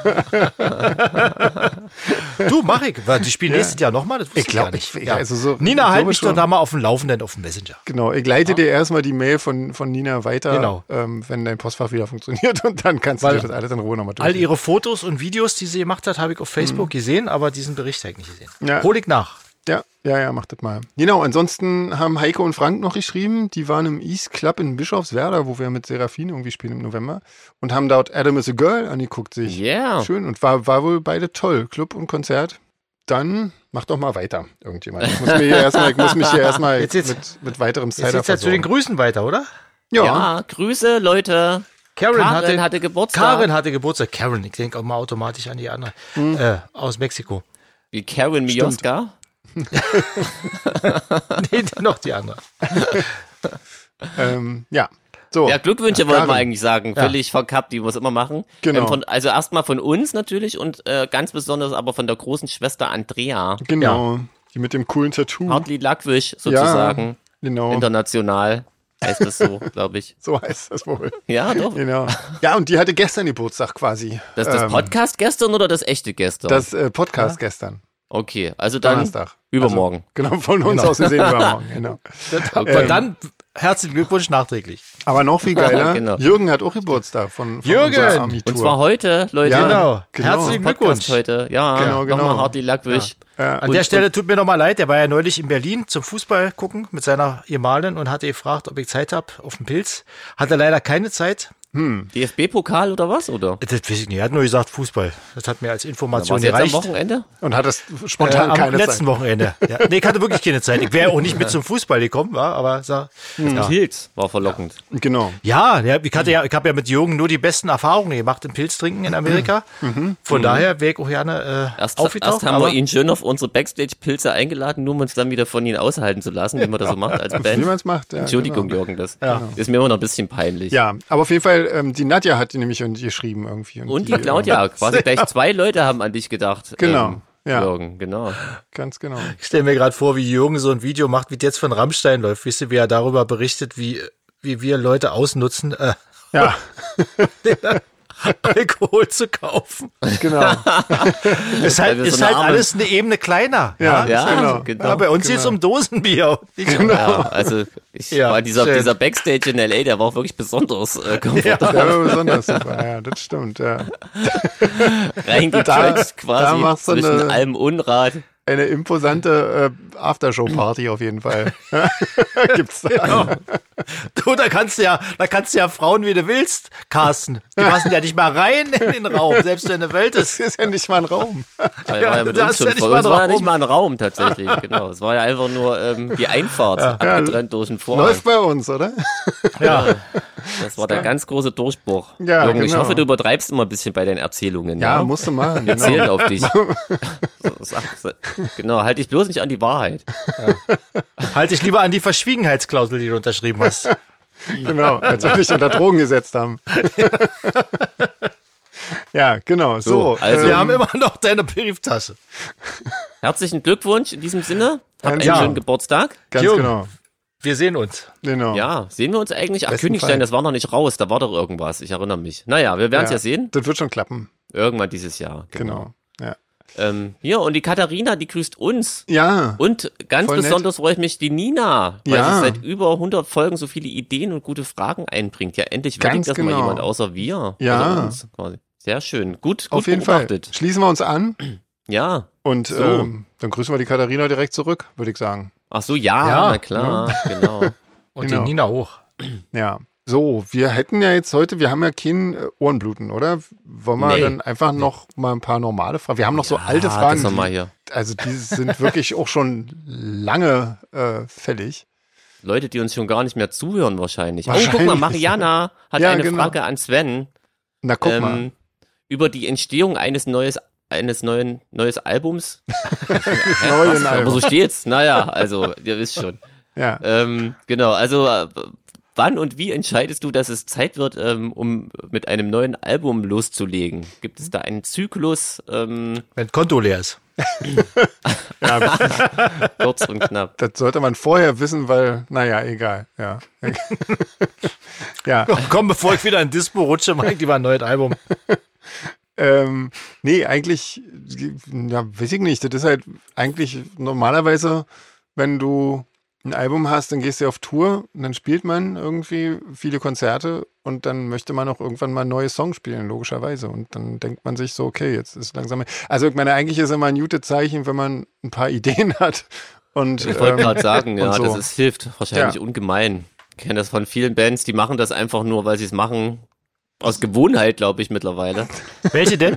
Speaker 3: Du, mach ich. Weil die spielen nächstes Jahr nochmal, das wusste
Speaker 1: Ich glaube,
Speaker 3: gar nicht.
Speaker 1: ich- also so-
Speaker 3: Nina,
Speaker 1: ich
Speaker 3: halt
Speaker 1: glaube
Speaker 3: mich doch
Speaker 1: schon.
Speaker 3: da mal auf dem Laufenden auf dem Messenger.
Speaker 1: Genau, ich leite dir erstmal die Mail von Nina weiter,
Speaker 3: Genau.
Speaker 1: wenn dein Postfach wieder funktioniert und dann kannst du
Speaker 3: Weil
Speaker 1: dir das alles in Ruhe nochmal
Speaker 3: All
Speaker 1: durchlesen.
Speaker 3: ihre Fotos und Videos, die sie gemacht hat, habe ich auf Facebook gesehen, aber diesen Bericht habe ich nicht gesehen.
Speaker 1: Ja.
Speaker 3: Hol ich nach.
Speaker 1: Ja, mach das mal. Genau, ansonsten haben Heike und Frank noch geschrieben, die waren im East Club in Bischofswerda, wo wir mit Serafin irgendwie spielen im November und haben dort Adam is a Girl angeguckt sich.
Speaker 2: Yeah.
Speaker 1: Schön und war wohl beide toll, Club und Konzert. Dann mach doch mal weiter, irgendjemand. Ich muss mich hier erstmal
Speaker 3: Jetzt-
Speaker 1: mit weiterem
Speaker 3: Jetzt
Speaker 1: Cider
Speaker 3: geht's ja zu den
Speaker 1: versorgen.
Speaker 3: Grüßen weiter, oder?
Speaker 2: Ja, Grüße, Leute.
Speaker 3: Karen
Speaker 2: hatte Geburtstag.
Speaker 3: Karen hatte Geburtstag. Karen, ich denke auch mal automatisch an die andere. Aus Mexiko.
Speaker 2: Wie Karen Mioska.
Speaker 3: Nee, noch die andere.
Speaker 1: Ja, so.
Speaker 2: Ja, Glückwünsche
Speaker 1: Ja,
Speaker 2: wollten wir
Speaker 1: Karin.
Speaker 2: eigentlich sagen. Völlig verkappt, die wir es immer machen.
Speaker 1: Genau.
Speaker 2: Also erstmal von uns natürlich und ganz besonders aber von der großen Schwester Andrea.
Speaker 1: Genau, die mit dem coolen Tattoo.
Speaker 2: Hartli Lackwisch sozusagen.
Speaker 1: Genau,
Speaker 2: International heißt das so, glaube ich.
Speaker 1: so heißt das wohl.
Speaker 2: Ja, doch.
Speaker 1: Genau. Ja, und die hatte gestern Geburtstag quasi.
Speaker 2: Das Podcast gestern oder das echte gestern?
Speaker 1: Das Podcast gestern.
Speaker 2: Okay, also dann
Speaker 1: Donnerstag.
Speaker 2: übermorgen.
Speaker 1: Also, genau, von uns aus gesehen übermorgen. Genau.
Speaker 3: Aber dann herzlichen Glückwunsch nachträglich.
Speaker 1: Aber noch viel geiler,
Speaker 2: Genau.
Speaker 1: Jürgen hat auch Geburtstag von
Speaker 3: Jürgen!
Speaker 1: unserer Army-Tour.
Speaker 2: Und zwar heute, Leute.
Speaker 1: Ja. Genau.
Speaker 3: Herzlichen Glückwunsch.
Speaker 2: Podcast heute. Ja,
Speaker 1: Genau.
Speaker 2: nochmal Hartli Lackwisch.
Speaker 3: An der Stelle tut mir nochmal leid, der war ja neulich in Berlin zum Fußball gucken mit seiner Gemahlin und hatte gefragt, ob ich Zeit habe auf dem Pilz. Hatte leider keine Zeit.
Speaker 2: DFB-Pokal oder was? Oder?
Speaker 3: Das weiß ich nicht, er hat nur gesagt Fußball. Das hat mir als
Speaker 2: War
Speaker 3: Information
Speaker 2: es jetzt am
Speaker 3: gereicht.
Speaker 2: Wochenende?
Speaker 1: Und hat das spontan
Speaker 3: Am
Speaker 1: keine
Speaker 3: letzten
Speaker 1: Zeit.
Speaker 3: Wochenende. Ja. Nee, ich hatte wirklich keine Zeit. Ich wäre auch nicht mit zum Fußball gekommen, aber
Speaker 2: Pilz war verlockend.
Speaker 1: Genau.
Speaker 3: ich habe ja mit Jürgen nur die besten Erfahrungen gemacht im Pilztrinken in Amerika. Von daher wäre ich auch gerne
Speaker 2: Erst
Speaker 3: aufgetaucht.
Speaker 2: haben wir
Speaker 3: aber
Speaker 2: ihn schön auf unsere Backstage-Pilze eingeladen, nur um uns dann wieder von ihnen aushalten zu lassen, wie man das so macht als
Speaker 1: Wie
Speaker 2: Band.
Speaker 1: man es macht. Ja,
Speaker 2: Entschuldigung,
Speaker 1: genau.
Speaker 2: Jürgen, das ist mir immer noch ein bisschen peinlich.
Speaker 1: Ja, aber auf jeden Fall, die Nadja hat die nämlich geschrieben irgendwie.
Speaker 2: Und die Claudia, quasi gleich 2 Leute haben an dich gedacht.
Speaker 1: Genau, ja.
Speaker 2: Jürgen, genau.
Speaker 1: Ganz genau.
Speaker 3: ich stelle mir gerade vor, wie Jürgen so ein Video macht, wie jetzt von Rammstein läuft. Wisst ihr, wie er darüber berichtet, wie wir Leute ausnutzen,
Speaker 1: Ja,
Speaker 3: Alkohol zu kaufen.
Speaker 1: genau.
Speaker 3: Ist halt,
Speaker 2: Weil wir so
Speaker 3: ist
Speaker 2: eine
Speaker 3: halt
Speaker 2: arme-
Speaker 3: alles eine Ebene kleiner.
Speaker 1: Ja,
Speaker 2: Ja,
Speaker 1: genau.
Speaker 3: Ja, bei uns geht's um Dosenbier.
Speaker 2: Ja, also
Speaker 3: Ja,
Speaker 2: war dieser
Speaker 3: schön.
Speaker 2: Backstage in L.A., der war auch wirklich besonders komfortabel.
Speaker 1: Der war besonders super. Ja, das stimmt. Ja.
Speaker 2: Reingequetscht
Speaker 1: Da
Speaker 2: quasi
Speaker 1: machst du
Speaker 2: zwischen
Speaker 1: eine-
Speaker 2: allem Unrat.
Speaker 1: Eine imposante Aftershow-Party auf jeden Fall. Gibt's da.
Speaker 3: Du, da kannst du ja Frauen, wie du willst, casten. Die passen ja nicht mal rein in den Raum, selbst wenn du wolltest.
Speaker 1: Das ist ja nicht mal ein Raum.
Speaker 2: War ja mit
Speaker 3: da
Speaker 2: uns
Speaker 3: ist ja
Speaker 2: schon
Speaker 3: nicht
Speaker 2: voll.
Speaker 3: mal
Speaker 2: Es
Speaker 3: ein
Speaker 2: war ja
Speaker 3: Raum.
Speaker 2: nicht mal ein Raum tatsächlich, genau. Es war ja einfach nur die Einfahrt, abgetrennt durch den Vorhang.
Speaker 1: Läuft bei uns, oder?
Speaker 3: Ja.
Speaker 2: Das war der ganz große Durchbruch.
Speaker 1: Ja,
Speaker 2: Jürgen, ich
Speaker 1: genau.
Speaker 2: hoffe, du übertreibst immer ein bisschen bei deinen Erzählungen.
Speaker 1: Ja, musst du machen.
Speaker 2: Wir
Speaker 1: Genau.
Speaker 2: zählen auf dich. Genau, halt dich bloß nicht an die Wahrheit.
Speaker 3: Halt dich lieber an die Verschwiegenheitsklausel, die du unterschrieben hast.
Speaker 1: Genau, als wir dich unter Drogen gesetzt haben. Ja, genau. So,
Speaker 2: also-
Speaker 3: Wir haben immer noch deine Brieftasche.
Speaker 2: Herzlichen Glückwunsch in diesem Sinne. Hab einen
Speaker 1: Ja.
Speaker 2: schönen Geburtstag.
Speaker 1: ganz
Speaker 3: Jürgen.
Speaker 1: genau.
Speaker 3: Wir sehen uns.
Speaker 1: Genau.
Speaker 2: Ja, sehen wir uns eigentlich? Ach,
Speaker 1: Besten
Speaker 2: Königstein,
Speaker 1: Fall.
Speaker 2: das war noch nicht raus. Da war doch irgendwas. Ich erinnere mich. Naja, wir werden es ja sehen.
Speaker 1: Das wird schon klappen.
Speaker 2: Irgendwann dieses Jahr.
Speaker 1: Genau. Ja.
Speaker 2: Hier, und die Katharina, die grüßt uns.
Speaker 1: Ja.
Speaker 2: Und ganz
Speaker 1: Voll nett.
Speaker 2: besonders freue ich mich die Nina, weil
Speaker 1: Ja.
Speaker 2: sie seit über 100 Folgen so viele Ideen und gute Fragen einbringt. Ja, endlich
Speaker 1: Ganz
Speaker 2: würdigt das mal
Speaker 1: genau.
Speaker 2: jemand außer wir.
Speaker 1: Ja.
Speaker 2: Außer uns quasi. Sehr schön. Gut
Speaker 1: Auf jeden Fall.
Speaker 2: beobachtet.
Speaker 1: Schließen wir uns an
Speaker 2: Ja.
Speaker 1: und
Speaker 2: So.
Speaker 1: dann grüßen wir die Katharina direkt zurück, würde ich sagen.
Speaker 2: Ach so, ja,
Speaker 3: Ja.
Speaker 2: na klar. Genau.
Speaker 3: Und
Speaker 1: Genau.
Speaker 3: die Nina hoch.
Speaker 1: Ja. So, wir hätten ja jetzt heute, wir haben ja kein Ohrenbluten, oder? Wollen wir
Speaker 2: Nee.
Speaker 1: dann einfach noch mal ein paar normale Fragen? Wir haben noch so alte
Speaker 2: Das
Speaker 1: Fragen.
Speaker 2: nochmal hier.
Speaker 1: Also die sind wirklich auch schon lange fällig.
Speaker 2: Leute, die uns schon gar nicht mehr zuhören wahrscheinlich. Oh, guck
Speaker 1: Wahrscheinlich.
Speaker 2: mal, Mariana hat
Speaker 1: Ja,
Speaker 2: eine
Speaker 1: genau.
Speaker 2: Frage an Sven.
Speaker 1: Na, guck mal.
Speaker 2: Über die Entstehung eines neues Albums.
Speaker 1: Neuen
Speaker 2: Aber so
Speaker 1: Album.
Speaker 2: steht's. Naja, also, ihr wisst schon.
Speaker 1: Ja.
Speaker 2: Genau, also wann und wie entscheidest du, dass es Zeit wird, um mit einem neuen Album loszulegen? Gibt es da einen Zyklus,
Speaker 3: Wenn Konto leer ist.
Speaker 1: Ja,
Speaker 2: kurz und knapp?
Speaker 1: das sollte man vorher wissen, weil, naja, egal. Ja. Ja.
Speaker 3: Komm, bevor ich wieder in Dispo rutsche, mach ich lieber ein neues Album.
Speaker 1: Nee, eigentlich, ja, weiß ich nicht. Das ist halt eigentlich normalerweise, wenn du ein Album hast, dann gehst du auf Tour und dann spielt man irgendwie viele Konzerte und dann möchte man auch irgendwann mal neue Songs spielen, logischerweise. Und dann denkt man sich so, okay, jetzt ist langsam. Also ich meine, eigentlich ist immer ein gutes Zeichen, wenn man ein paar Ideen hat. Und,
Speaker 2: Ich wollte gerade sagen, ja,
Speaker 1: und so.
Speaker 2: hilft wahrscheinlich
Speaker 1: Ja.
Speaker 2: ungemein. Ich kenne das von vielen Bands, die machen das einfach nur, weil sie es machen. Aus Gewohnheit, glaube ich, mittlerweile.
Speaker 3: Welche denn?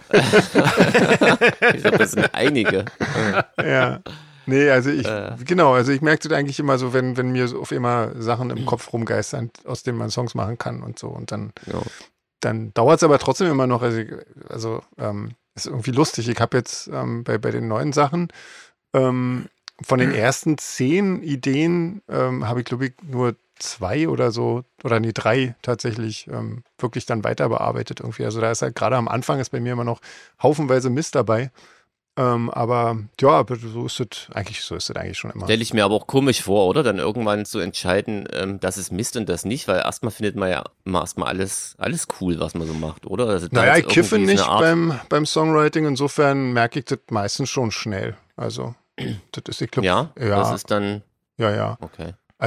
Speaker 2: Ich glaube, das sind einige.
Speaker 1: Ja. Nee, also ich merke das eigentlich immer so, wenn mir so auf immer Sachen im Kopf rumgeistern, aus denen man Songs machen kann und so. Und dann,
Speaker 2: Ja.
Speaker 1: dann dauert es aber trotzdem immer noch. Also ist irgendwie lustig. Ich habe jetzt bei den neuen Sachen von den ersten 10 Ideen habe ich, glaube ich, nur 2 oder so, oder nee, 3 tatsächlich wirklich dann weiter bearbeitet irgendwie. Also da ist halt gerade am Anfang ist bei mir immer noch haufenweise Mist dabei. Aber ja, so ist es eigentlich schon immer.
Speaker 2: Stelle ich mir aber auch komisch vor, oder? Dann irgendwann zu entscheiden, das ist Mist und das nicht, weil erstmal findet man ja immer erstmal alles cool, was man so macht, oder? Also da
Speaker 1: Naja,
Speaker 2: ist
Speaker 1: ich kiffe
Speaker 2: irgendwie so
Speaker 1: nicht
Speaker 2: eine Art-
Speaker 1: beim Songwriting, insofern merke ich das meistens schon schnell. Also, das ist, ich glaube,
Speaker 2: Ja,
Speaker 1: ja,
Speaker 2: das ist dann,
Speaker 1: ja.
Speaker 2: okay.
Speaker 1: Also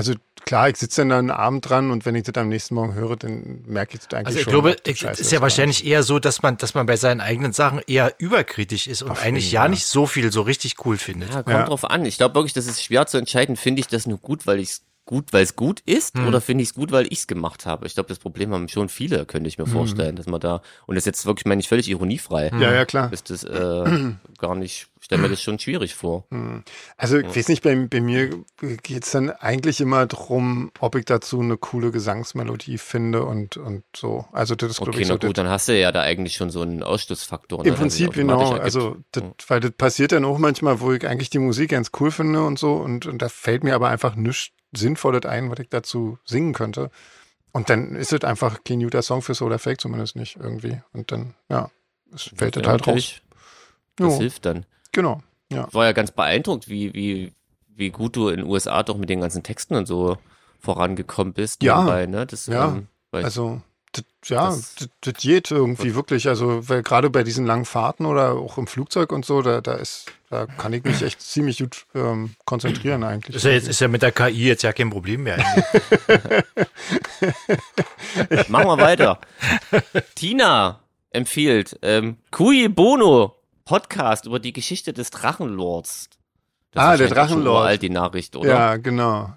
Speaker 1: klar, ich sitze dann einen Abend dran und wenn ich das am nächsten Morgen höre, dann merke ich das eigentlich
Speaker 3: Also ich
Speaker 1: schon.
Speaker 3: glaube, es ist ja wahrscheinlich eher so, dass man bei seinen eigenen Sachen eher überkritisch ist und eigentlich ja nicht so viel so richtig cool findet.
Speaker 2: Ja, kommt drauf an. Ich glaube wirklich, das ist schwer zu entscheiden, finde ich das nur gut, weil es gut ist, oder finde ich es gut, weil ich es gemacht habe. Ich glaube, das Problem haben schon viele, könnte ich mir vorstellen, dass man da, und das ist jetzt wirklich, meine ich, völlig ironiefrei.
Speaker 1: Ja, klar.
Speaker 2: Ist das gar nicht, ich stelle mir das schon schwierig vor.
Speaker 1: Also ich weiß nicht, bei mir geht es dann eigentlich immer darum, ob ich dazu eine coole Gesangsmelodie finde und so. Also das ist, glaube
Speaker 2: Okay,
Speaker 1: ich,
Speaker 2: na
Speaker 1: so.
Speaker 2: gut, dann hast du ja da eigentlich schon so einen Ausschlussfaktor.
Speaker 1: Im Prinzip, genau. Also, weil das passiert dann auch manchmal, wo ich eigentlich die Musik ganz cool finde und so und da fällt mir aber einfach nichts Sinnvolles ein, was ich dazu singen könnte. Und dann ist es einfach kein guter Song für Solar Fake, zumindest nicht irgendwie. Und dann, ja, es fällt das halt raus.
Speaker 2: Das hilft dann.
Speaker 1: Genau, ja.
Speaker 2: Ich war ja ganz beeindruckt, wie gut du in den USA doch mit den ganzen Texten und so vorangekommen bist.
Speaker 1: Ja,
Speaker 2: nebenbei, ne?
Speaker 1: Also, das geht irgendwie wirklich. Also, weil gerade bei diesen langen Fahrten oder auch im Flugzeug und so, da kann ich mich echt ziemlich gut konzentrieren eigentlich.
Speaker 3: Ist ja mit der KI jetzt ja kein Problem mehr.
Speaker 2: Machen wir weiter. Tina empfiehlt Cui Bono Podcast über die Geschichte des Drachenlords.
Speaker 1: Der Drachenlord.
Speaker 2: Alt die Nachricht, oder?
Speaker 1: Ja, genau.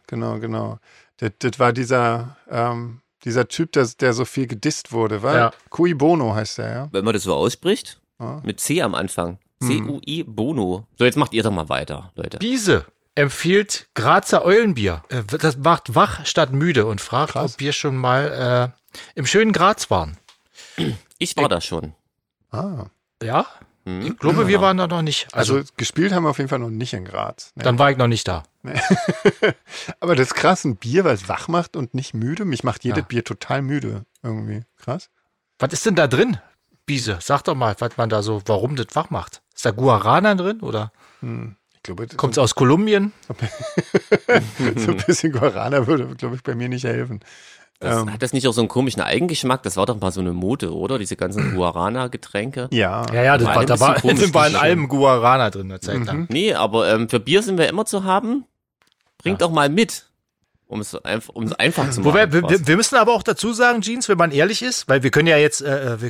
Speaker 1: Das war dieser Typ, der so viel gedisst wurde, war?
Speaker 3: Ja.
Speaker 1: Cui Bono heißt der, ja.
Speaker 2: Wenn man das so ausspricht, mit C am Anfang. C-U-I Bono. So, jetzt macht ihr doch mal weiter, Leute.
Speaker 3: Biese empfiehlt Grazer Eulenbier. Das macht wach statt müde und fragt,
Speaker 1: Krass.
Speaker 3: ob wir schon mal im schönen Graz waren.
Speaker 2: Ich war da schon.
Speaker 3: Ja? Ich glaube, wir waren da noch nicht.
Speaker 1: Also gespielt haben wir auf jeden Fall noch nicht in Graz. Nee.
Speaker 3: Dann war ich noch nicht da.
Speaker 1: Aber das ist krass, ein Bier, weil es wach macht und nicht müde. Mich macht jedes Bier total müde irgendwie. Krass.
Speaker 3: Was ist denn da drin, Biese? Sag doch mal, was man da so, warum das wach macht. Ist da Guarana drin oder
Speaker 1: Ich glaube,
Speaker 3: kommt es aus Kolumbien?
Speaker 1: so ein bisschen Guarana würde, glaube ich, bei mir nicht helfen.
Speaker 2: Hat das nicht auch so einen komischen Eigengeschmack? Das war doch mal so eine Mode, oder? Diese ganzen Guarana-Getränke.
Speaker 1: Ja.
Speaker 3: Ja,
Speaker 2: War ein
Speaker 3: da war
Speaker 2: bisschen komisch,
Speaker 3: sind wir in
Speaker 2: die
Speaker 3: allem Guarana drin eine Zeit lang.
Speaker 2: Nee, aber für Bier sind wir immer zu haben. Bringt auch mal mit, um es einfach zu machen.
Speaker 3: Wobei, wir müssen aber auch dazu sagen, Jeans, wenn man ehrlich ist, weil wir können ja jetzt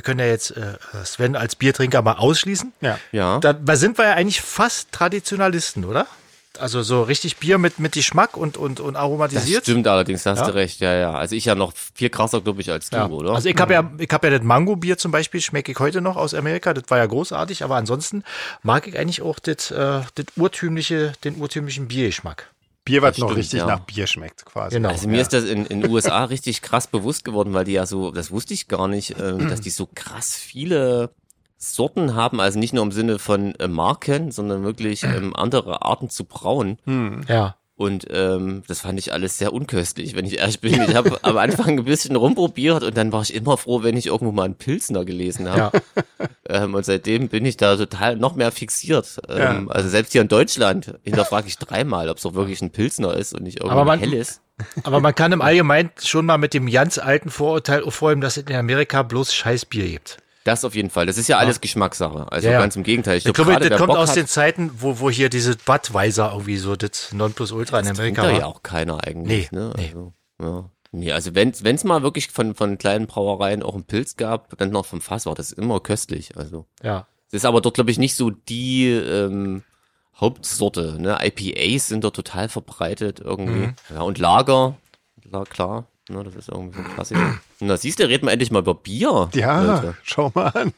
Speaker 3: Sven als Biertrinker mal ausschließen.
Speaker 2: Ja.
Speaker 3: Da sind wir ja eigentlich fast Traditionalisten, oder? Also so richtig Bier mit Geschmack und
Speaker 2: Das
Speaker 3: aromatisiert.
Speaker 2: stimmt allerdings, da hast du recht, ja. Also ich ja noch viel krasser, glaube ich, als du, oder?
Speaker 3: Also ich habe ja das Mango-Bier zum Beispiel, schmecke ich heute noch aus Amerika, das war ja großartig, aber ansonsten mag ich eigentlich auch den urtümlichen Biergeschmack.
Speaker 1: Bier, was
Speaker 2: Das
Speaker 1: noch
Speaker 2: stimmt,
Speaker 1: richtig
Speaker 2: ja.
Speaker 1: nach Bier schmeckt, quasi.
Speaker 3: Genau.
Speaker 2: Also mir ist das in den USA richtig krass bewusst geworden, weil die ja so, das wusste ich gar nicht, dass die so krass viele Sorten haben, also nicht nur im Sinne von Marken, sondern wirklich andere Arten zu brauen.
Speaker 3: Ja.
Speaker 2: Und das fand ich alles sehr unköstlich, wenn ich ehrlich bin. Ich habe am Anfang ein bisschen rumprobiert und dann war ich immer froh, wenn ich irgendwo mal einen Pilsner gelesen habe. Und seitdem bin ich da total noch mehr fixiert. Also selbst hier in Deutschland hinterfrage ich dreimal, ob es doch wirklich ein Pilsner ist und nicht irgendwie helles.
Speaker 3: Aber man kann im Allgemeinen schon mal mit dem ganz alten Vorurteil aufräumen, dass es in Amerika bloß Scheißbier gibt.
Speaker 2: Das auf jeden Fall. Das ist ja alles Geschmackssache. Also ganz im Gegenteil.
Speaker 3: Ich glaube, das kommt aus den Zeiten, wo hier diese Budweiser irgendwie so das Nonplusultra in Amerika
Speaker 2: war.
Speaker 3: war.
Speaker 2: Ja auch keiner eigentlich.
Speaker 3: Nee,
Speaker 2: ne? Also, ja. Nee, also wenn's mal wirklich von kleinen Brauereien auch einen Pilz gab, dann noch vom Fass, war das immer köstlich. Also
Speaker 3: ja.
Speaker 2: Das ist aber dort, glaube ich, nicht so die Hauptsorte. Ne? IPAs sind dort total verbreitet irgendwie. Ja, und Lager, klar. Ne, das ist irgendwie so ein Klassiker. Na, siehst du, reden wir endlich mal über Bier.
Speaker 1: Ja,
Speaker 2: Leute.
Speaker 1: schau mal an.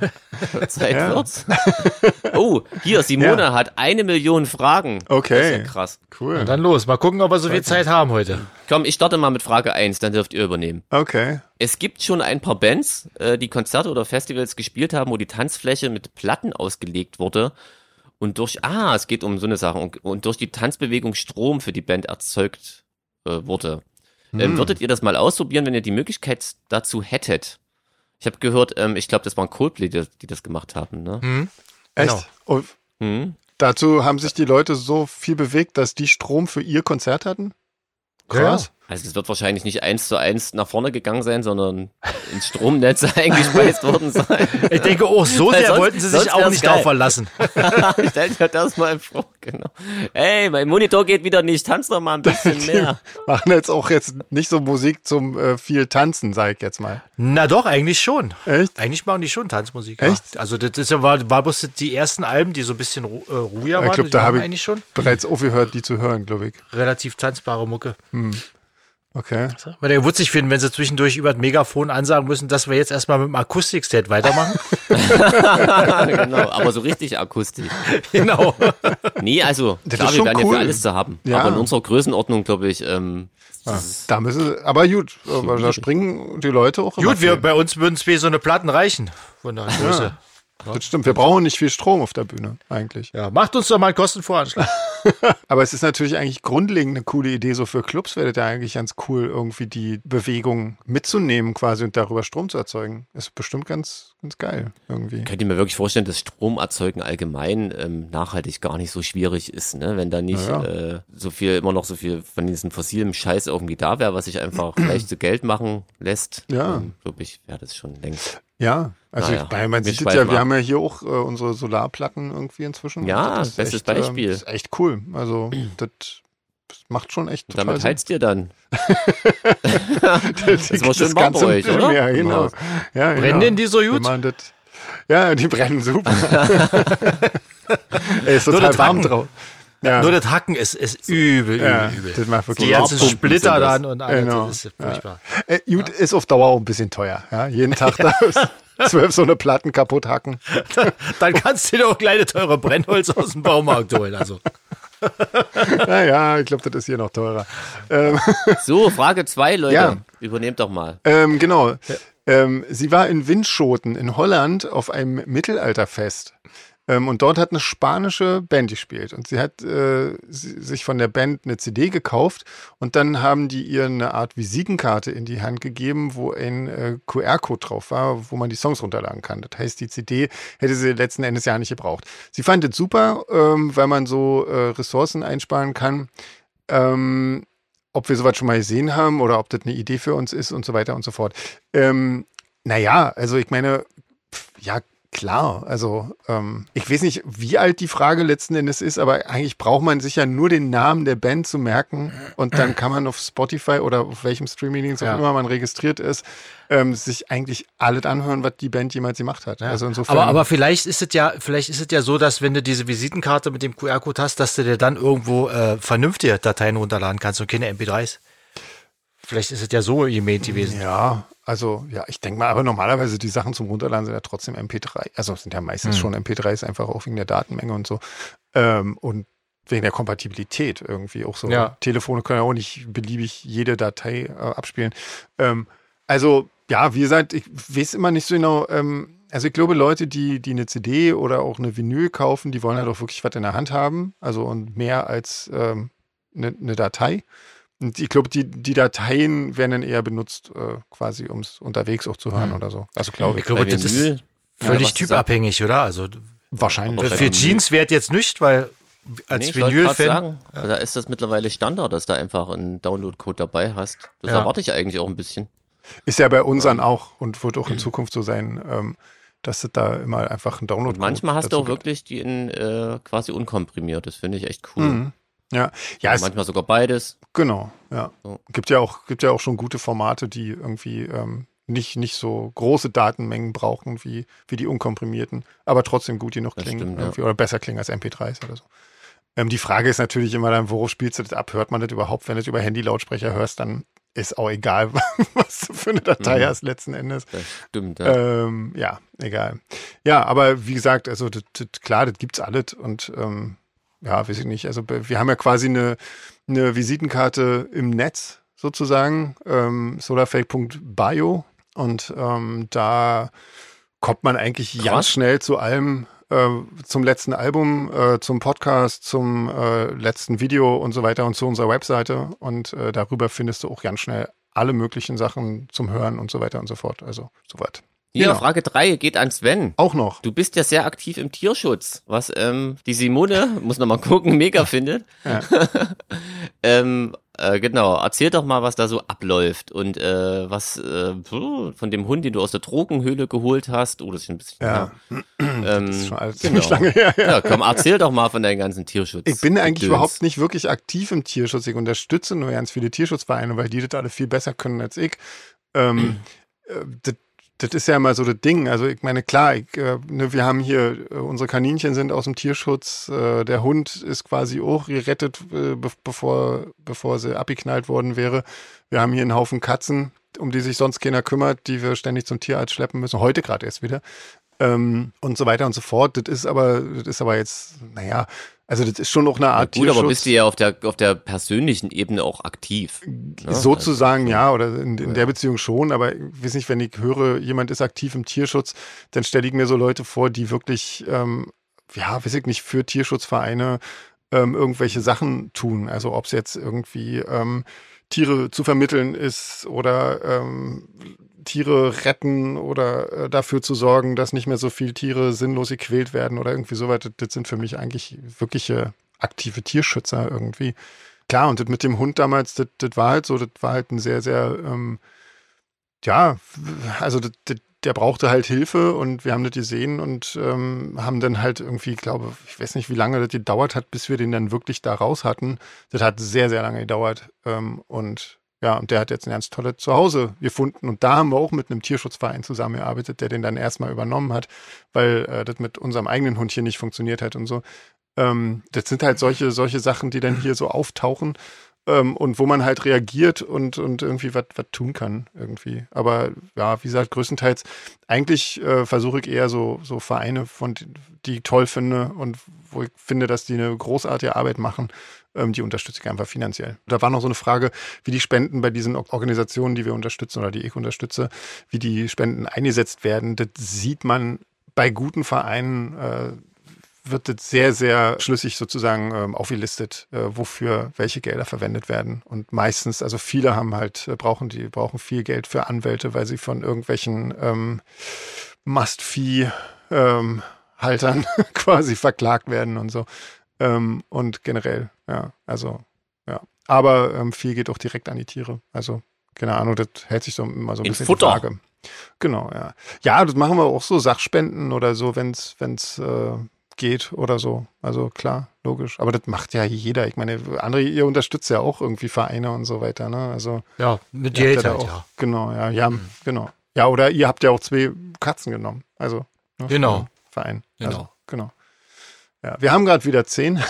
Speaker 2: Zeit wird's. Oh, hier, Simone hat 1 Million Fragen.
Speaker 1: Okay.
Speaker 2: Das ist ja krass.
Speaker 1: Cool.
Speaker 3: Und dann los. Mal gucken, ob wir so viel Zeit haben heute.
Speaker 2: Komm, ich starte mal mit Frage 1, dann dürft ihr übernehmen.
Speaker 1: Okay.
Speaker 2: Es gibt schon ein paar Bands, die Konzerte oder Festivals gespielt haben, wo die Tanzfläche mit Platten ausgelegt wurde und es geht um so eine Sache, und durch die Tanzbewegung Strom für die Band erzeugt wurde. Würdet ihr das mal ausprobieren, wenn ihr die Möglichkeit dazu hättet? Ich habe gehört, ich glaube, das waren Coldplay, die das gemacht haben. Ne?
Speaker 1: Echt?
Speaker 3: Genau.
Speaker 1: Und dazu haben sich die Leute so viel bewegt, dass die Strom für ihr Konzert hatten? Krass.
Speaker 2: Also es wird wahrscheinlich nicht 1:1 nach vorne gegangen sein, sondern ins Stromnetz eingespeist worden sein.
Speaker 3: Ich denke, so sehr wollten sie sich auch nicht darauf verlassen.
Speaker 2: Stell dir das mal vor, genau. Ey, mein Monitor geht wieder nicht, tanz doch mal ein bisschen mehr.
Speaker 1: Machen jetzt auch nicht so Musik zum viel Tanzen, sag ich jetzt mal.
Speaker 3: Na doch, eigentlich schon.
Speaker 1: Echt?
Speaker 3: Eigentlich machen die schon Tanzmusik.
Speaker 1: Echt?
Speaker 3: Ja. Also das ist ja, war bloß die ersten Alben, die so ein bisschen ruhiger waren.
Speaker 1: Ich glaube, da habe ich
Speaker 3: eigentlich schon
Speaker 1: bereits aufgehört, die zu hören, glaube ich.
Speaker 3: relativ tanzbare Mucke.
Speaker 1: Okay.
Speaker 3: Weil der witzig finden, wenn sie zwischendurch über das Megafon ansagen müssen, dass wir jetzt erstmal mit dem Akustikset weitermachen.
Speaker 2: Genau, aber so richtig akustisch.
Speaker 3: Genau.
Speaker 2: Nee, also
Speaker 1: Das
Speaker 2: klar,
Speaker 1: ist
Speaker 2: wir
Speaker 1: schon
Speaker 2: werden ja
Speaker 1: cool.
Speaker 2: für alles zu haben.
Speaker 1: Ja.
Speaker 2: Aber in unserer Größenordnung, glaube ich,
Speaker 1: Da müssen aber gut, weil da springen die Leute auch immer
Speaker 3: Gut,
Speaker 1: viel.
Speaker 3: bei uns würden 2 so eine Platten reichen. Von der Größe.
Speaker 1: Das stimmt, wir brauchen nicht viel Strom auf der Bühne, eigentlich.
Speaker 3: Ja, macht uns doch mal einen Kostenvoranschlag.
Speaker 1: Aber es ist natürlich eigentlich grundlegend eine coole Idee, so für Clubs wäre das ja eigentlich ganz cool, irgendwie die Bewegung mitzunehmen quasi und darüber Strom zu erzeugen. Ist bestimmt ganz, ganz geil irgendwie.
Speaker 2: könnt ihr mir wirklich vorstellen, dass Stromerzeugen allgemein nachhaltig gar nicht so schwierig ist, ne? Wenn da nicht immer noch so viel von diesem fossilen Scheiß irgendwie da wäre, was sich einfach leicht zu Geld machen lässt.
Speaker 1: Ja.
Speaker 2: Glaube ich, wäre das schon längst.
Speaker 1: Ja, also
Speaker 2: Naja,
Speaker 1: man
Speaker 2: wir
Speaker 1: sieht es
Speaker 2: schweifen
Speaker 1: ja, wir
Speaker 2: ab.
Speaker 1: haben ja hier auch unsere Solarplatten irgendwie inzwischen.
Speaker 2: Ja,
Speaker 1: Das ist
Speaker 2: bestes
Speaker 1: echt,
Speaker 2: Beispiel.
Speaker 1: Das ist echt cool. Also das macht schon echt total
Speaker 2: Damit
Speaker 1: Sinn.
Speaker 2: heizt ihr dann.
Speaker 1: Das
Speaker 2: war schön warm bei euch, oder?
Speaker 1: Ja, genau. Ja,
Speaker 3: Brennen denn die so gut?
Speaker 1: Wenn man das, ja, die brennen super. Ey, ist
Speaker 3: Nur
Speaker 1: total
Speaker 3: das
Speaker 1: warm
Speaker 3: Hacken.
Speaker 1: drauf. Ja.
Speaker 3: Nur das Hacken ist übel,
Speaker 1: Ja,
Speaker 3: übel.
Speaker 1: das macht wirklich
Speaker 3: Die ganzen
Speaker 2: Solarpumpen
Speaker 3: Splitter
Speaker 2: sind das.
Speaker 3: dann und alles,
Speaker 1: Genau.
Speaker 3: das ist furchtbar.
Speaker 1: Gut, ist auf Dauer auch ein bisschen teuer. Ja? Jeden Tag da 12 so eine Platten kaputt hacken.
Speaker 3: Dann kannst du dir auch kleine teure Brennholz aus dem Baumarkt holen. Also.
Speaker 1: Ja, ich glaube, das ist hier noch teurer.
Speaker 2: So, Frage 2, Leute.
Speaker 1: Ja.
Speaker 2: Übernehmt doch mal.
Speaker 1: Genau. Sie war in Winschoten in Holland auf einem Mittelalterfest. Und dort hat eine spanische Band gespielt. Und sie hat sich von der Band eine CD gekauft. Und dann haben die ihr eine Art Visitenkarte in die Hand gegeben, wo ein QR-Code drauf war, wo man die Songs runterladen kann. Das heißt, die CD hätte sie letzten Endes ja nicht gebraucht. Sie fand es super, weil man so Ressourcen einsparen kann. Ob wir sowas schon mal gesehen haben oder ob das eine Idee für uns ist und so weiter und so fort. Naja, also ich meine, ja, klar, also ich weiß nicht, wie alt die Frage letzten Endes ist, aber eigentlich braucht man sich ja nur den Namen der Band zu merken und dann kann man auf Spotify oder auf welchem Streamingdienst auch immer man registriert ist, sich eigentlich alles anhören, was die Band jemals gemacht hat.
Speaker 3: Ja.
Speaker 1: Also insofern.
Speaker 3: Aber vielleicht ist es ja so, dass wenn du diese Visitenkarte mit dem QR-Code hast, dass du dir dann irgendwo vernünftige Dateien runterladen kannst und keine MP3s. Vielleicht ist es ja so gemäht gewesen.
Speaker 1: Ja, also ja, ich denke mal, aber normalerweise die Sachen zum Runterladen sind ja trotzdem MP3. Also sind ja meistens schon MP3s, einfach auch wegen der Datenmenge und so. Und wegen der Kompatibilität irgendwie auch so.
Speaker 3: Ja.
Speaker 1: Telefone können ja auch nicht beliebig jede Datei abspielen. Also ja, wie gesagt, ich weiß immer nicht so genau. Also ich glaube, Leute, die eine CD oder auch eine Vinyl kaufen, die wollen halt auch wirklich was in der Hand haben. Also und mehr als eine Datei. Und ich glaube, die Dateien werden dann eher benutzt, quasi, um es unterwegs auch zu hören oder so. Also glaube ich.
Speaker 3: Ich glaube, das ist völlig
Speaker 2: was du
Speaker 3: typabhängig, oder? Also
Speaker 1: Wahrscheinlich.
Speaker 2: Aber
Speaker 3: für Jeans wäre jetzt nicht, weil als
Speaker 2: ich wollte gerade
Speaker 3: Vinyl-Fan.
Speaker 2: sagen, da ist das mittlerweile Standard, dass du einfach einen Download-Code dabei hast. Das
Speaker 3: Ja.
Speaker 2: erwarte ich eigentlich auch ein bisschen.
Speaker 1: Ist ja bei uns dann auch und wird auch in Zukunft so sein, dass es da immer einfach ein Download
Speaker 2: Und manchmal hast du auch wirklich die in quasi unkomprimiert. Das finde ich echt cool.
Speaker 1: Mhm. Ja, es,
Speaker 2: Manchmal sogar beides.
Speaker 1: genau, ja.
Speaker 2: So.
Speaker 1: Gibt ja auch schon gute Formate, die irgendwie nicht so große Datenmengen brauchen wie die unkomprimierten, aber trotzdem gut genug
Speaker 2: Das
Speaker 1: klingen
Speaker 2: stimmt,
Speaker 1: irgendwie, oder besser klingen als MP3s oder so. Die Frage ist natürlich immer dann, worauf spielst du das ab? Hört man das überhaupt? Wenn du das über Handy-Lautsprecher hörst, dann ist auch egal, was du für eine Datei hast letzten Endes.
Speaker 2: Das stimmt, ja.
Speaker 1: Ja, egal. Ja, aber wie gesagt, also klar, das gibt's alles und ja, weiß ich nicht. Also wir haben ja quasi eine Visitenkarte im Netz sozusagen, solarfake.bio und da kommt man eigentlich ganz schnell zu allem, zum letzten Album, zum Podcast, zum letzten Video und so weiter und zu unserer Webseite und darüber findest du auch ganz schnell alle möglichen Sachen zum Hören und so weiter und so fort. Also soweit.
Speaker 2: Hier,
Speaker 1: Genau.
Speaker 2: Frage 3 geht an Sven.
Speaker 1: Auch noch.
Speaker 2: Du bist ja sehr aktiv im Tierschutz, was die Simone, muss noch mal gucken, mega findet.
Speaker 1: Ja.
Speaker 2: genau. Erzähl doch mal, was da so abläuft und was von dem Hund, den du aus der Drogenhöhle geholt hast. Oh, das ist ein bisschen.
Speaker 1: Ja. Das ist schon alles
Speaker 2: Genau.
Speaker 1: ziemlich lange her.
Speaker 2: Ja, komm, erzähl doch mal von deinem ganzen Tierschutz.
Speaker 1: Ich bin eigentlich
Speaker 2: Gedöns.
Speaker 1: überhaupt nicht wirklich aktiv im Tierschutz. Ich unterstütze nur ganz viele Tierschutzvereine, weil die das alle viel besser können als ich. Das ist ja immer so das Ding. Also ich meine, klar, wir haben hier, unsere Kaninchen sind aus dem Tierschutz. Der Hund ist quasi auch gerettet, bevor sie abgeknallt worden wäre. Wir haben hier einen Haufen Katzen, um die sich sonst keiner kümmert, die wir ständig zum Tierarzt schleppen müssen. Heute gerade erst wieder. Und so weiter und so fort. Das ist aber jetzt, naja, also das ist schon auch eine Art
Speaker 2: Gut,
Speaker 1: Tierschutz.
Speaker 2: aber bist du ja auf der persönlichen Ebene auch aktiv. Ne?
Speaker 1: Sozusagen ja, oder in der Beziehung schon, aber ich weiß nicht, wenn ich höre, jemand ist aktiv im Tierschutz, dann stelle ich mir so Leute vor, die wirklich, weiß ich nicht, für Tierschutzvereine irgendwelche Sachen tun. Also ob es jetzt irgendwie Tiere zu vermitteln ist oder Tiere retten oder dafür zu sorgen, dass nicht mehr so viele Tiere sinnlos gequält werden oder irgendwie so weiter. Das sind für mich eigentlich wirkliche aktive Tierschützer irgendwie. Klar, und das mit dem Hund damals, das war halt so, das war halt ein sehr, sehr, also der brauchte halt Hilfe und wir haben das gesehen und haben dann halt irgendwie, glaube ich, weiß nicht, wie lange das gedauert hat, bis wir den dann wirklich da raus hatten. Das hat sehr, sehr lange gedauert und der hat jetzt ein ganz tolles Zuhause gefunden. Und da haben wir auch mit einem Tierschutzverein zusammengearbeitet, der den dann erstmal übernommen hat, weil das mit unserem eigenen Hund hier nicht funktioniert hat und so. Das sind halt solche Sachen, die dann hier so auftauchen und wo man halt reagiert und irgendwie was tun kann irgendwie. Aber ja, wie gesagt, größtenteils eigentlich versuche ich eher so Vereine, die ich toll finde und wo ich finde, dass die eine großartige Arbeit machen, die unterstütze ich einfach finanziell. Da war noch so eine Frage, wie die Spenden bei diesen Organisationen, die wir unterstützen oder die ich unterstütze, wie die Spenden eingesetzt werden. Das sieht man bei guten Vereinen, wird das sehr, sehr schlüssig sozusagen aufgelistet, wofür welche Gelder verwendet werden. Und meistens, also viele brauchen viel Geld für Anwälte, weil sie von irgendwelchen Must-Fee-Haltern quasi verklagt werden und so. Und generell, ja, also, ja. Aber viel geht auch direkt an die Tiere. Also, keine Ahnung, das hält sich so immer so ein bisschen
Speaker 2: Futter.
Speaker 1: die Frage. Genau, ja. Ja, das machen wir auch so, Sachspenden oder so, wenn's geht oder so. Also klar, logisch. Aber das macht ja jeder. Ich meine, André, ihr unterstützt ja auch irgendwie Vereine und so weiter, ne? Also
Speaker 3: ja, mit Geld halt,
Speaker 1: ja. Genau, ja, genau. Ja, oder ihr habt ja auch 2 Katzen genommen. Also, ne,
Speaker 3: genau.
Speaker 1: Verein.
Speaker 3: Genau.
Speaker 1: Also, genau. Ja, wir haben gerade wieder 10.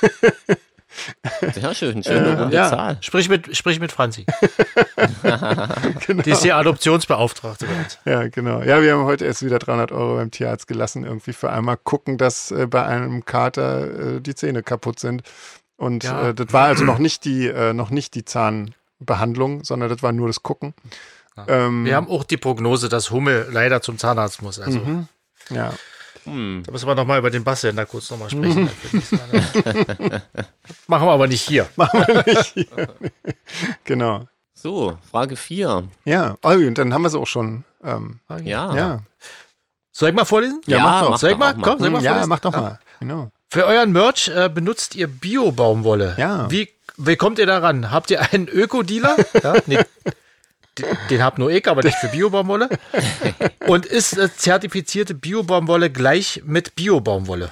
Speaker 2: Sehr schön, schöne runde Zahl.
Speaker 3: Sprich mit Franzi.
Speaker 1: Genau.
Speaker 3: Die ist die Adoptionsbeauftragte bei uns.
Speaker 1: Ja, genau. Ja, wir haben heute erst wieder 300 € beim Tierarzt gelassen, irgendwie für einmal gucken, dass bei einem Kater die Zähne kaputt sind. Und das war also noch nicht die Zahnbehandlung, sondern das war nur das Gucken.
Speaker 3: Ja. Wir haben auch die Prognose, dass Hummel leider zum Zahnarzt muss. Also.
Speaker 1: Ja.
Speaker 3: Da müssen wir nochmal über den Basssender kurz nochmal sprechen. Machen wir aber nicht hier.
Speaker 1: Genau.
Speaker 2: So, Frage 4.
Speaker 1: Ja, und dann haben wir es auch schon.
Speaker 2: Ja.
Speaker 3: Soll ich mal vorlesen?
Speaker 1: Ja, mach doch.
Speaker 3: Soll ich mal? Komm, soll ich mal
Speaker 1: ja,
Speaker 3: vorlesen?
Speaker 1: mach doch mal. Genau.
Speaker 3: Für euren Merch benutzt ihr Bio-Baumwolle.
Speaker 1: Ja.
Speaker 3: Wie kommt ihr daran? Habt ihr einen Öko-Dealer? Ja, nee. Den habt nur ich, aber nicht für Bio-Baumwolle. Und ist zertifizierte Bio-Baumwolle gleich mit Bio-Baumwolle?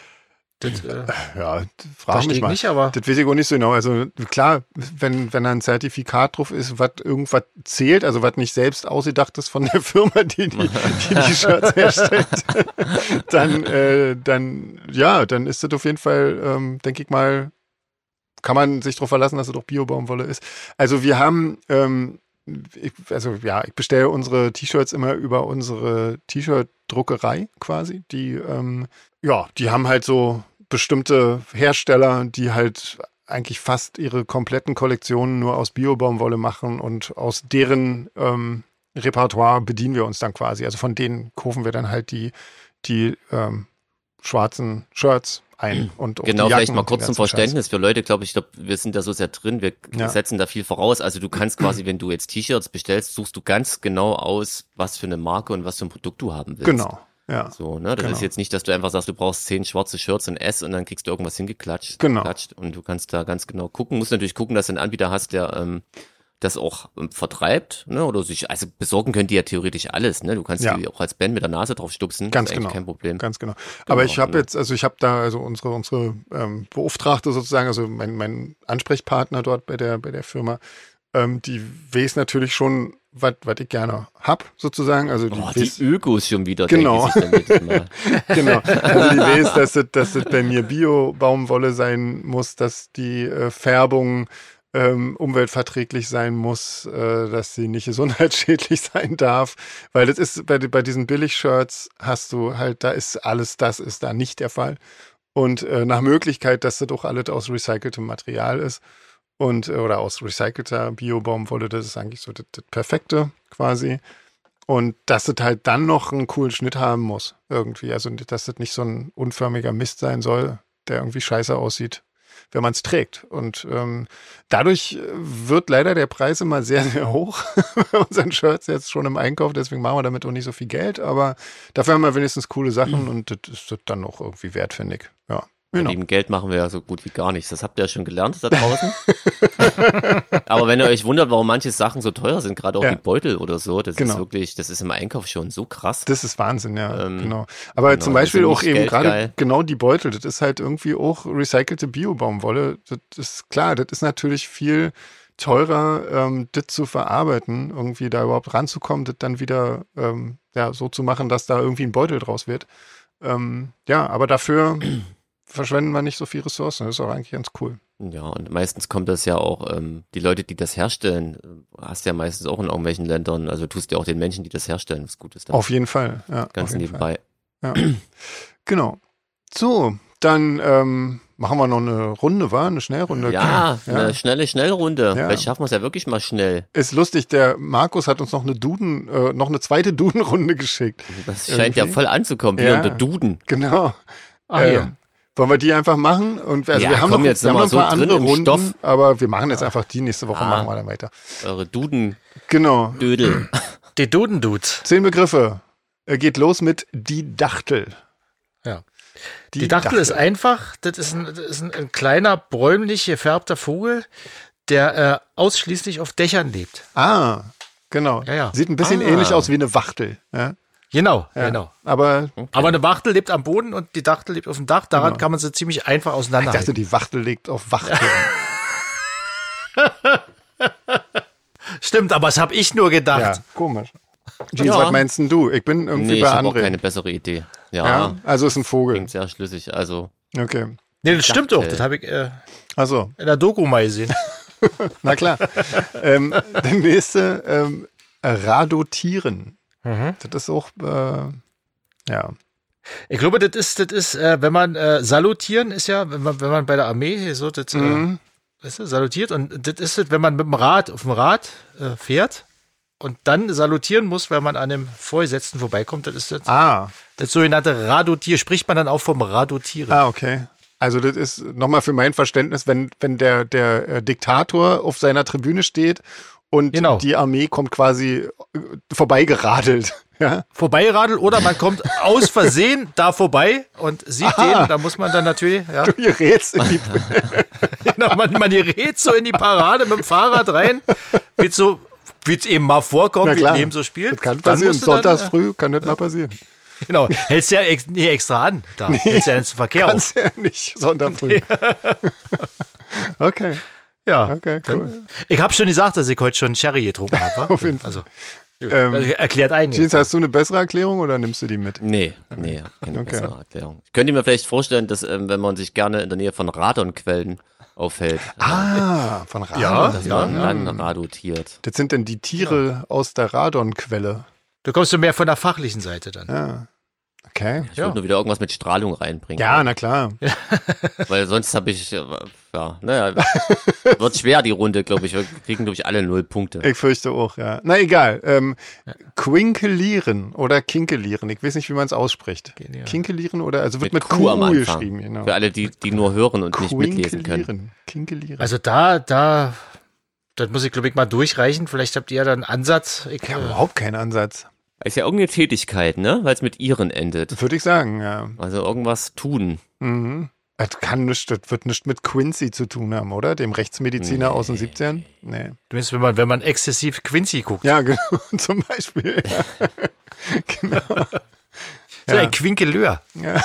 Speaker 1: Frag mich mal.
Speaker 3: Nicht, aber
Speaker 1: das weiß ich auch nicht so genau. Also klar, wenn da ein Zertifikat drauf ist, was irgendwas zählt, also was nicht selbst ausgedacht ist von der Firma, die Shirts herstellt, dann ist das auf jeden Fall, denke ich mal, kann man sich darauf verlassen, dass es doch Bio-Baumwolle ist. Also wir haben ich bestelle unsere T-Shirts immer über unsere T-Shirt-Druckerei quasi. Die haben halt so bestimmte Hersteller, die halt eigentlich fast ihre kompletten Kollektionen nur aus Bio-Baumwolle machen und aus deren Repertoire bedienen wir uns dann quasi. Also von denen kaufen wir dann halt die schwarzen Shirts ein. Und
Speaker 2: genau,
Speaker 1: die
Speaker 2: vielleicht mal
Speaker 1: Jacken
Speaker 2: kurz
Speaker 1: und
Speaker 2: zum
Speaker 1: den ganzen
Speaker 2: Verständnis für Leute, glaube ich, wir sind da so sehr drin, wir setzen da viel voraus. Also du kannst quasi, wenn du jetzt T-Shirts bestellst, suchst du ganz genau aus, was für eine Marke und was für ein Produkt du haben willst.
Speaker 1: Genau, Ja.
Speaker 2: So, ne? Das ist jetzt nicht, dass du einfach sagst, du brauchst 10 schwarze Shirts und S und dann kriegst du irgendwas hingeklatscht.
Speaker 1: Genau.
Speaker 2: Und du kannst da ganz genau gucken. Musst natürlich gucken, dass du einen Anbieter hast, der das auch vertreibt, ne? Oder also besorgen können die ja theoretisch alles, ne? Du kannst die auch als Band mit der Nase drauf stupsen.
Speaker 1: Ganz
Speaker 2: das ist eigentlich
Speaker 1: genau.
Speaker 2: kein Problem.
Speaker 1: Ganz genau. Aber ich habe unsere Beauftragte sozusagen, also mein Ansprechpartner dort bei der Firma, die weiß natürlich schon, was ich gerne hab, sozusagen. Also
Speaker 2: die Ökos schon wieder.
Speaker 1: Genau.
Speaker 2: Denke ich dann mal.
Speaker 1: Genau. Also die weiß, dass das bei mir Bio-Baumwolle sein muss, dass die Färbung umweltverträglich sein muss, dass sie nicht gesundheitsschädlich sein darf, weil das ist bei diesen Billig-Shirts hast du halt, das ist da nicht der Fall und nach Möglichkeit, dass das doch alles aus recyceltem Material ist und oder aus recycelter Bio-Baumwolle, das ist eigentlich so das Perfekte quasi und dass das halt dann noch einen coolen Schnitt haben muss irgendwie, also dass das nicht so ein unförmiger Mist sein soll, der irgendwie scheiße aussieht, wenn man es trägt. Und dadurch wird leider der Preis immer sehr, sehr hoch bei unseren Shirts jetzt schon im Einkauf. Deswegen machen wir damit auch nicht so viel Geld. Aber dafür haben wir wenigstens coole Sachen und das ist dann auch irgendwie wert, finde ich. Ja.
Speaker 2: Genau. Mit dem Geld machen wir ja so gut wie gar nichts. Das habt ihr ja schon gelernt da draußen. Aber wenn ihr euch wundert, warum manche Sachen so teuer sind, gerade auch die Beutel oder so, das ist wirklich, das ist im Einkauf schon so krass.
Speaker 1: Das ist Wahnsinn, ja, genau. Aber zum Beispiel auch eben gerade genau die Beutel, das ist halt irgendwie auch recycelte Bio-Baumwolle. Das ist klar, das ist natürlich viel teurer, das zu verarbeiten, irgendwie da überhaupt ranzukommen, das dann wieder so zu machen, dass da irgendwie ein Beutel draus wird. Aber dafür verschwenden wir nicht so viel Ressourcen. Das ist auch eigentlich ganz cool.
Speaker 2: Ja, und meistens kommt das ja auch, die Leute, die das herstellen, hast ja meistens auch in irgendwelchen Ländern, also tust ja auch den Menschen, die das herstellen, was Gutes da.
Speaker 1: Auf jeden Fall, ja.
Speaker 2: Ganz nebenbei.
Speaker 1: Ja. Genau. So, dann machen wir noch eine Runde, eine Schnellrunde.
Speaker 2: Ja, eine Schnellrunde. Ja. Vielleicht schaffen wir es ja wirklich mal schnell.
Speaker 1: Ist lustig, der Markus hat uns noch eine zweite Duden-Runde geschickt.
Speaker 2: Das scheint ja voll anzukommen, hier unter Duden.
Speaker 1: Genau. Wollen wir die einfach machen? Und also wir haben noch ein paar andere Runden, Stoff. Aber wir machen jetzt einfach die. Nächste Woche machen wir dann weiter.
Speaker 2: Eure Duden.
Speaker 1: Genau.
Speaker 2: Dödel.
Speaker 3: Die Duden-Dudes.
Speaker 1: 10 Begriffe. Geht los mit die Dachtel.
Speaker 3: Ja. Die Dachtel ist einfach. Das ist ein kleiner, bräunlich gefärbter Vogel, der ausschließlich auf Dächern lebt.
Speaker 1: Ah, genau.
Speaker 3: Ja.
Speaker 1: Sieht ein bisschen ähnlich aus wie eine Wachtel. Ja?
Speaker 3: Genau.
Speaker 1: Aber
Speaker 3: eine Wachtel lebt am Boden und die Dachtel lebt auf dem Dach. Daran kann man sie ziemlich einfach auseinanderhalten.
Speaker 1: Ich dachte, die Wachtel lebt auf Wachteln.
Speaker 3: Stimmt, aber das habe ich nur gedacht.
Speaker 1: Ja, komisch. Jeans, was meinst denn du? Ich bin irgendwie bei André.
Speaker 2: Ich habe auch keine bessere Idee. Ja,
Speaker 1: also ist ein Vogel.
Speaker 2: Klingt sehr schlüssig, also.
Speaker 1: Okay.
Speaker 3: Nee, das stimmt doch. Das habe ich in der Doku mal gesehen.
Speaker 1: Na klar. Der nächste, Radotieren. Das ist auch,
Speaker 3: Ich glaube, das ist, wenn man salutieren ist ja, wenn man bei der Armee hier so das, salutiert und das ist es, wenn man mit dem Rad auf dem Rad fährt und dann salutieren muss, wenn man an dem Vorgesetzten vorbeikommt, das ist das sogenannte Radotier, spricht man dann auch vom Radotieren.
Speaker 1: Ah, okay. Also das ist nochmal für mein Verständnis, wenn der Diktator auf seiner Tribüne steht und die Armee kommt quasi vorbeigeradelt. Ja?
Speaker 3: Vorbeigeradelt oder man kommt aus Versehen da vorbei und sieht den, da muss man dann natürlich... Ja.
Speaker 1: Du gerätst in die...
Speaker 3: Genau, man gerät so in die Parade mit dem Fahrrad rein, wie es eben mal vorkommt, wie es eben so spielt.
Speaker 1: Das kann passieren, sonntags früh kann das mal passieren.
Speaker 3: Genau, hältst ja nie extra an, hältst ja ins Verkehr auf.
Speaker 1: Kannst ja nicht Sonntag früh. Okay.
Speaker 3: Ja,
Speaker 1: okay, cool.
Speaker 3: Ich habe schon gesagt, dass ich heute schon Sherry getrunken habe.
Speaker 1: Auf jeden Fall.
Speaker 3: Also, erklärt einiges.
Speaker 1: Jeans, hast du eine bessere Erklärung oder nimmst du die mit?
Speaker 2: Nee, keine bessere Erklärung. Ich könnte mir vielleicht vorstellen, dass wenn man sich gerne in der Nähe von Radonquellen aufhält.
Speaker 1: Von Radon.
Speaker 2: Dass man dann radotiert.
Speaker 1: Das sind denn die Tiere aus der Radonquelle.
Speaker 3: Du kommst mehr von der fachlichen Seite dann.
Speaker 1: Ja. Okay.
Speaker 2: Ich würde nur wieder irgendwas mit Strahlung reinbringen.
Speaker 1: Ja, na klar.
Speaker 2: Weil sonst habe ich, wird schwer die Runde, glaube ich. Wir kriegen, glaube ich, alle 0 Punkte.
Speaker 1: Ich fürchte auch, ja. Na egal. Quinkelieren oder kinkelieren. Ich weiß nicht, wie man es ausspricht. Genial. Kinkelieren oder, also wird mit Q am Anfang geschrieben. Genau.
Speaker 2: Für alle, die nur hören und nicht mitlesen können.
Speaker 1: Kinkelieren.
Speaker 3: Also das muss ich, glaube ich, mal durchreichen. Vielleicht habt ihr ja da einen Ansatz.
Speaker 1: Ich habe überhaupt keinen Ansatz.
Speaker 2: Ist ja irgendeine Tätigkeit, ne? Weil es mit ihren endet.
Speaker 1: Würde ich sagen, ja.
Speaker 2: Also irgendwas tun.
Speaker 1: Mhm. Das wird nichts mit Quincy zu tun haben, oder? Dem Rechtsmediziner aus den 70ern? Nee.
Speaker 3: Zumindest wenn man exzessiv Quincy guckt.
Speaker 1: Ja, genau, zum Beispiel. Ja. Genau.
Speaker 3: So ein Quinkeleur.
Speaker 1: Ja.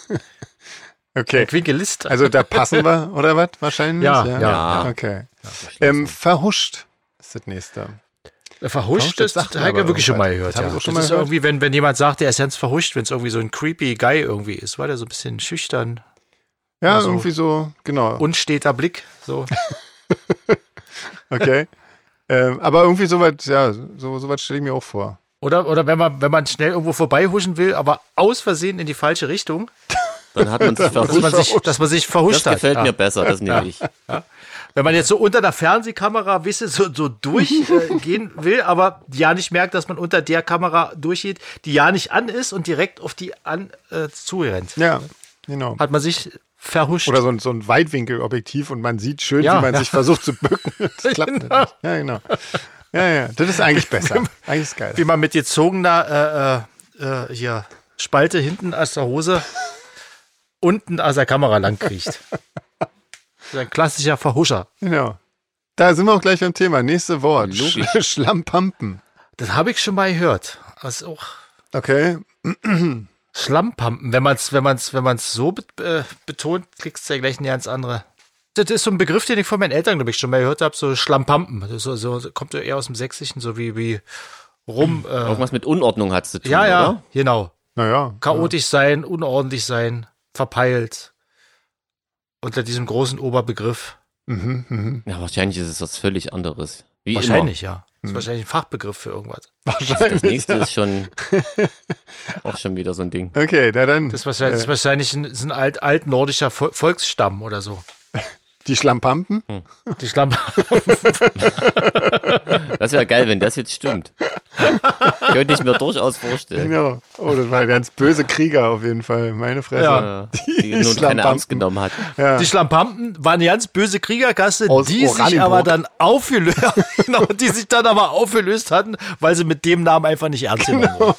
Speaker 1: Okay.
Speaker 3: Ein Quinkelist.
Speaker 1: Also da passen wir, oder was? Wahrscheinlich?
Speaker 3: Ja.
Speaker 1: Okay. Verhuscht ist das nächste.
Speaker 3: Verhuscht, das
Speaker 1: sagt
Speaker 3: habe ich wirklich schon mal
Speaker 1: Das
Speaker 3: gehört.
Speaker 1: hab ich
Speaker 3: Ja.
Speaker 1: auch schon
Speaker 3: Das
Speaker 1: mal
Speaker 3: ist irgendwie, wenn jemand sagt, der ist ganz verhuscht, wenn es irgendwie so ein creepy Guy irgendwie ist, weil der so ein bisschen schüchtern,
Speaker 1: Ja,
Speaker 3: Also-
Speaker 1: irgendwie so, genau.
Speaker 3: unsteter Blick. So.
Speaker 1: Okay. Aber irgendwie sowas, ja, sowas stelle ich mir auch vor.
Speaker 3: Oder wenn man schnell irgendwo vorbeihuschen will, aber aus Versehen in die falsche Richtung,
Speaker 2: Dann hat man sich verhuscht.
Speaker 3: dass man sich verhuscht
Speaker 2: Das gefällt
Speaker 3: hat.
Speaker 2: mir besser, das nehme ich.
Speaker 3: Wenn man jetzt so unter der Fernsehkamera, so durchgehen will, aber ja nicht merkt, dass man unter der Kamera durchgeht, die ja nicht an ist und direkt auf die zurennt.
Speaker 1: Ja, genau.
Speaker 3: Hat man sich verhuscht.
Speaker 1: Oder so ein Weitwinkelobjektiv und man sieht schön,
Speaker 3: Ja,
Speaker 1: wie man
Speaker 3: ja.
Speaker 1: sich versucht zu bücken. Das klappt nicht. Ja, genau. Ja, das ist eigentlich besser. Eigentlich ist geil.
Speaker 3: Wie man mit gezogener hier Spalte hinten aus der Hose unten aus der Kamera lang kriecht. Das ist ein klassischer Verhuscher.
Speaker 1: Genau. Da sind wir auch gleich beim Thema. Nächste Wort.
Speaker 2: Logisch.
Speaker 1: Schlammpampen.
Speaker 3: Das habe ich schon mal gehört. Das ist auch
Speaker 1: Okay.
Speaker 3: Schlammpampen. Wenn man's so betont, kriegst du ja gleich eine ganz andere. Das ist so ein Begriff, den ich von meinen Eltern, glaube ich, schon mal gehört habe, so Schlammpampen. Das ist so kommt ja eher aus dem Sächsischen, so wie rum.
Speaker 2: Irgendwas mit Unordnung hat es zu tun,
Speaker 3: ja,
Speaker 2: oder?
Speaker 3: genau.
Speaker 1: Naja.
Speaker 3: Chaotisch sein, unordentlich sein, verpeilt. Unter diesem großen Oberbegriff.
Speaker 2: Ja, wahrscheinlich ist es was völlig anderes. Wie
Speaker 3: Wahrscheinlich, ja. Das ist wahrscheinlich ein Fachbegriff für irgendwas.
Speaker 2: Immer. Das nächste ist schon auch schon wieder so ein Ding.
Speaker 1: Okay, na dann.
Speaker 3: Das ist wahrscheinlich ein altnordischer Volksstamm oder so.
Speaker 1: Die Schlammpampen?
Speaker 3: Die Schlampe.
Speaker 2: Das wäre geil, wenn das jetzt stimmt. Könnte ich mir durchaus vorstellen.
Speaker 1: Genau. Oh, das war ein ganz böse Krieger auf jeden Fall. Meine Fresse.
Speaker 3: Ja.
Speaker 2: Die nun keine
Speaker 1: Schlammpampen.
Speaker 2: Angst genommen hat.
Speaker 1: Ja.
Speaker 3: Die Schlammpampen waren eine ganz böse Kriegerkasse,
Speaker 1: Aus
Speaker 3: die sich
Speaker 1: Oranienburg.
Speaker 3: aber dann genau, die sich dann aber aufgelöst hatten, weil sie mit dem Namen einfach nicht ernst genommen wurden.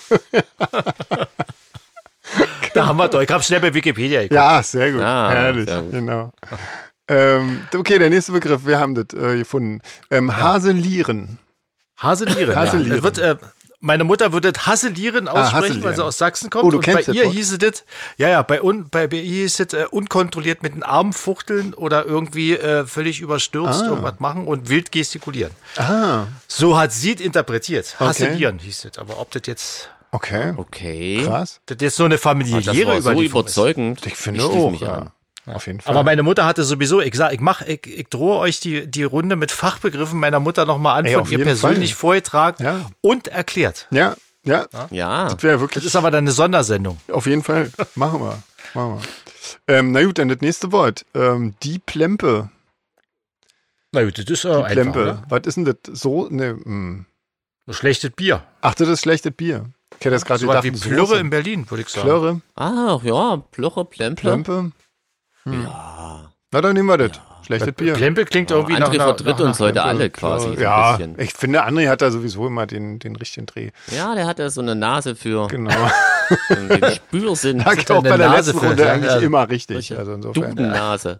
Speaker 3: Da haben wir doch. Ich habe schnell bei Wikipedia geguckt.
Speaker 1: Ja, sehr gut.
Speaker 2: Ah,
Speaker 1: Herrlich.
Speaker 2: sehr gut.
Speaker 1: Genau. Okay, der nächste Begriff. Wir haben das gefunden. Haselieren.
Speaker 3: Haselieren.
Speaker 1: Haselieren.
Speaker 3: Ja. Das wird, meine Mutter würde das Hasselieren aussprechen,
Speaker 1: Haselieren.
Speaker 3: weil sie aus Sachsen kommt.
Speaker 1: Oh, du
Speaker 3: und bei
Speaker 1: kennst das
Speaker 3: ihr
Speaker 1: Wort?
Speaker 3: hieß das, bei ihr hieß es unkontrolliert mit den Armen fuchteln oder irgendwie völlig überstürzt irgendwas machen und wild gestikulieren.
Speaker 1: Ah,
Speaker 3: So hat sie es interpretiert.
Speaker 1: Okay.
Speaker 3: Hasselieren hieß es. Aber ob das jetzt,
Speaker 1: okay.
Speaker 2: Okay.
Speaker 1: Krass.
Speaker 3: das jetzt so eine familiäre
Speaker 2: Das war so
Speaker 3: Überlieferung ist.
Speaker 2: überzeugend.
Speaker 1: Ich finde
Speaker 2: schließe
Speaker 1: auch.
Speaker 2: mich
Speaker 1: Ja.
Speaker 2: an.
Speaker 1: Auf jeden Fall.
Speaker 3: Aber meine Mutter hatte sowieso, ich drohe euch die Runde mit Fachbegriffen meiner Mutter nochmal an,
Speaker 1: Ey,
Speaker 3: von
Speaker 1: auf
Speaker 3: ihr
Speaker 1: jeden
Speaker 3: persönlich
Speaker 1: Fall.
Speaker 3: vorgetragen
Speaker 1: Ja.
Speaker 3: und erklärt.
Speaker 1: Ja,
Speaker 2: Ja.
Speaker 1: das wäre wirklich.
Speaker 3: Das ist aber dann eine Sondersendung.
Speaker 1: Auf jeden Fall. Machen wir. Na gut, dann das nächste Wort. Die Plempe.
Speaker 3: Na gut, das ist
Speaker 1: Die
Speaker 3: einfach.
Speaker 1: Plempe.
Speaker 3: Ne?
Speaker 1: Was ist denn das? So, ne,
Speaker 3: So schlechtes Bier.
Speaker 1: Ach, das ist schlechtes Bier. Ich hätte jetzt gerade
Speaker 3: So was
Speaker 1: gedacht,
Speaker 3: wie Plörre in Berlin, würde ich sagen.
Speaker 1: Plörre,
Speaker 2: Ah, ja, Plörre, Plemple.
Speaker 1: Plempe.
Speaker 2: Ja.
Speaker 1: Na, dann nehmen wir das. Schlechtes Bier.
Speaker 3: Plempel klingt irgendwie nach
Speaker 2: André vertritt uns heute alle quasi. so
Speaker 1: Ja,
Speaker 2: ein bisschen.
Speaker 1: ich finde, André hat da sowieso immer den richtigen Dreh.
Speaker 2: Ja, der hat ja so eine Nase für
Speaker 1: Genau.
Speaker 2: den Spürsinn.
Speaker 1: Lag auch
Speaker 3: eine
Speaker 1: bei der
Speaker 3: Nase
Speaker 1: letzten
Speaker 3: für-
Speaker 1: Runde
Speaker 3: ja,
Speaker 1: eigentlich
Speaker 3: ja.
Speaker 1: immer richtig. Also insofern.
Speaker 2: Dudennase.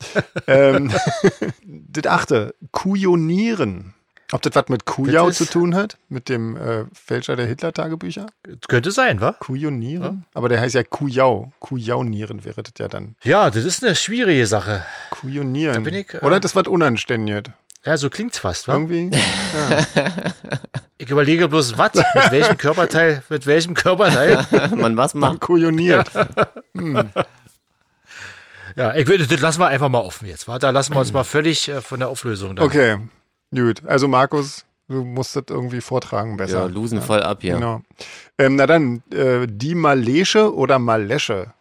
Speaker 1: Das achte, Kujonieren. Ob das was mit Kujau
Speaker 3: Das
Speaker 1: zu
Speaker 3: ist-
Speaker 1: tun hat? Mit dem Fälscher der Hitler-Tagebücher?
Speaker 3: Könnte sein, wa?
Speaker 1: Kujonieren? Aber der heißt ja Kujau. Kujaunieren wäre das ja dann.
Speaker 3: Ja, das ist eine schwierige Sache.
Speaker 1: Kujonieren.
Speaker 3: Da bin ich,
Speaker 1: Oder das was Unanständiges.
Speaker 3: Ja, so klingt's fast, wa?
Speaker 1: Irgendwie.
Speaker 3: Ich überlege bloß, was? Mit welchem Körperteil?
Speaker 2: Man was macht.
Speaker 1: Kujoniert.
Speaker 3: Ja, ich würde, das lassen wir einfach mal offen jetzt, wa? Da lassen wir uns mal völlig von der Auflösung dann.
Speaker 1: Okay, gut. Also Markus, du musst das irgendwie vortragen besser.
Speaker 2: Ja, losen voll ab hier.
Speaker 1: Genau. Na dann, die Malesche oder Malesche?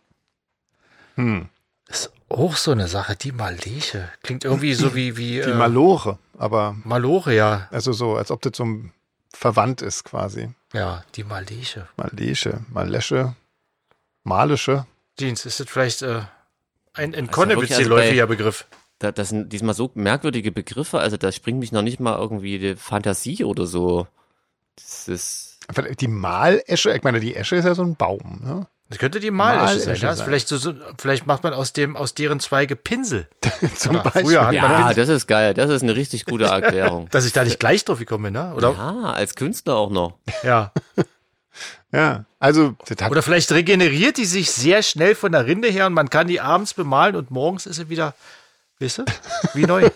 Speaker 3: Ist auch so eine Sache, die Malesche. Klingt irgendwie so wie
Speaker 1: Die Maloche, aber
Speaker 3: Malore, ja.
Speaker 1: also so, als ob das so verwandt ist quasi.
Speaker 3: Ja, die Malesche.
Speaker 1: Malesche, Malesche, Malische.
Speaker 3: Dienst, ist das vielleicht ein
Speaker 2: wirklich,
Speaker 3: Konnewitz-läufiger Begriff?
Speaker 2: Das sind diesmal so merkwürdige Begriffe, also da springt mich noch nicht mal irgendwie die Fantasie oder so. Das ist.
Speaker 1: Die Malesche, ich meine, die Esche ist ja so ein Baum, ne?
Speaker 3: Das könnte die Malesche sein.
Speaker 1: Malesche
Speaker 3: Ja?
Speaker 1: sein.
Speaker 3: Vielleicht macht man aus deren Zweige Pinsel.
Speaker 1: Zum
Speaker 3: Oder
Speaker 1: Beispiel.
Speaker 3: früher hat man
Speaker 2: Ja, das ist geil. Das ist eine richtig gute Erklärung.
Speaker 3: Dass ich da nicht gleich drauf gekommen bin, ne? Oder?
Speaker 2: Ja, als Künstler auch noch.
Speaker 3: Ja.
Speaker 1: Ja, also das hat
Speaker 3: Oder vielleicht regeneriert die sich sehr schnell von der Rinde her und man kann die abends bemalen und morgens ist sie wieder, weißt du, wie neu.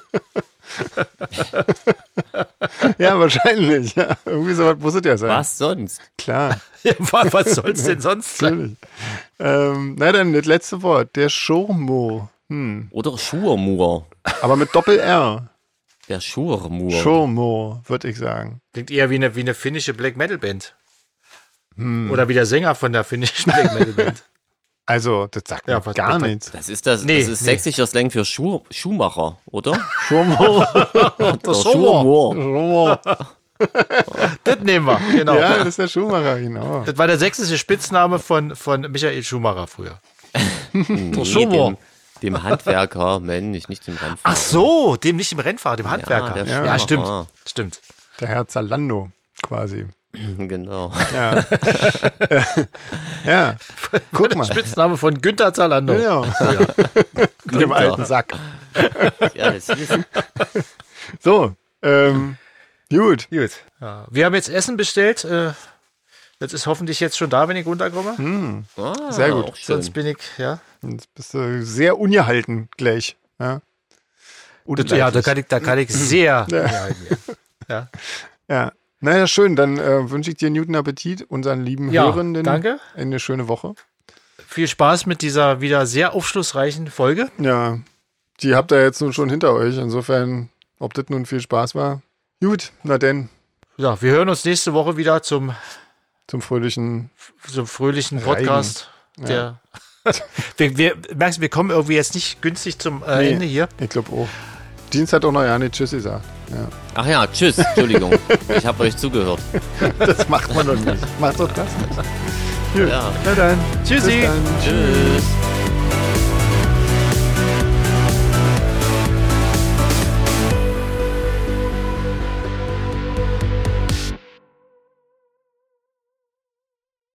Speaker 1: ja, wahrscheinlich. Ja. Irgendwie sowas muss es ja sein.
Speaker 2: Was sonst?
Speaker 1: Klar,
Speaker 3: Ja, was soll's denn sonst sein?
Speaker 1: natürlich. Na dann, das letzte Wort. Der Schurmo.
Speaker 2: Oder Schurmur.
Speaker 1: Aber mit Doppel-R.
Speaker 2: Der Schurmur.
Speaker 1: Schurmo, würde ich sagen.
Speaker 3: Klingt eher wie eine finnische Black Metal Band. Oder wie der Sänger von der finnischen Black Metal Band.
Speaker 1: Also, das sagt
Speaker 3: Ja,
Speaker 1: mir
Speaker 3: was-
Speaker 1: gar
Speaker 3: was-
Speaker 1: nichts.
Speaker 2: Das ist das.
Speaker 3: Nee,
Speaker 2: Das ist
Speaker 3: nee.
Speaker 2: sächsischer Slang für Schuhmacher, oder?
Speaker 1: Schurmo.
Speaker 2: Der
Speaker 3: Schurmur.
Speaker 1: Schurmo.
Speaker 3: Das nehmen wir, genau.
Speaker 1: Ja, das ist der Schuhmacher, genau.
Speaker 3: Das war der sächsische Spitzname von Michael Schumacher früher.
Speaker 2: Nee,
Speaker 3: Schurmur.
Speaker 2: dem Handwerker, Mensch, nicht dem Rennfahrer.
Speaker 3: Ach so, dem nicht im Rennfahrer, dem Handwerker.
Speaker 2: der
Speaker 3: Ja,
Speaker 2: Schumacher.
Speaker 3: stimmt.
Speaker 1: Der Herr Zalando, quasi.
Speaker 2: Genau.
Speaker 1: Ja. Ja, guck mal.
Speaker 3: Spitzname von Günther Zalando.
Speaker 1: Genau. Dem
Speaker 2: Günther.
Speaker 1: alten Sack.
Speaker 2: Ja, das ist,
Speaker 1: So, gut.
Speaker 3: Gut. Ja. Wir haben jetzt Essen bestellt. Das ist hoffentlich jetzt schon da, wenn ich runterkomme.
Speaker 1: Sehr gut.
Speaker 2: Auch schön.
Speaker 3: Sonst bin ich, ja.
Speaker 1: Jetzt bist du sehr ungehalten gleich. Ja,
Speaker 3: Ja, da kann ich sehr. Ja.
Speaker 1: Ja. Naja, schön. Dann wünsche ich dir einen guten Appetit, unseren lieben
Speaker 3: Ja,
Speaker 1: Hörenden.
Speaker 3: danke.
Speaker 1: Eine schöne Woche.
Speaker 3: Viel Spaß mit dieser wieder sehr aufschlussreichen Folge.
Speaker 1: Ja, die habt ihr jetzt nun schon hinter euch. Insofern, ob das nun viel Spaß war. Gut, na denn,
Speaker 3: Ja, wir hören uns nächste Woche wieder zum
Speaker 1: fröhlichen.
Speaker 3: fröhlichen Podcast.
Speaker 1: Ja.
Speaker 3: Wir merkst, wir kommen irgendwie jetzt nicht günstig zum Ende hier.
Speaker 1: Ich glaube auch. Dienst hat auch noch ja nicht Tschüss gesagt. Ja.
Speaker 2: Ach ja, tschüss, Entschuldigung. Ich habe euch zugehört.
Speaker 1: Das macht man doch nicht. Macht doch das nicht. Gut.
Speaker 2: Ja.
Speaker 1: Na dann.
Speaker 3: Tschüssi.
Speaker 1: Bis dann.
Speaker 2: Tschüss.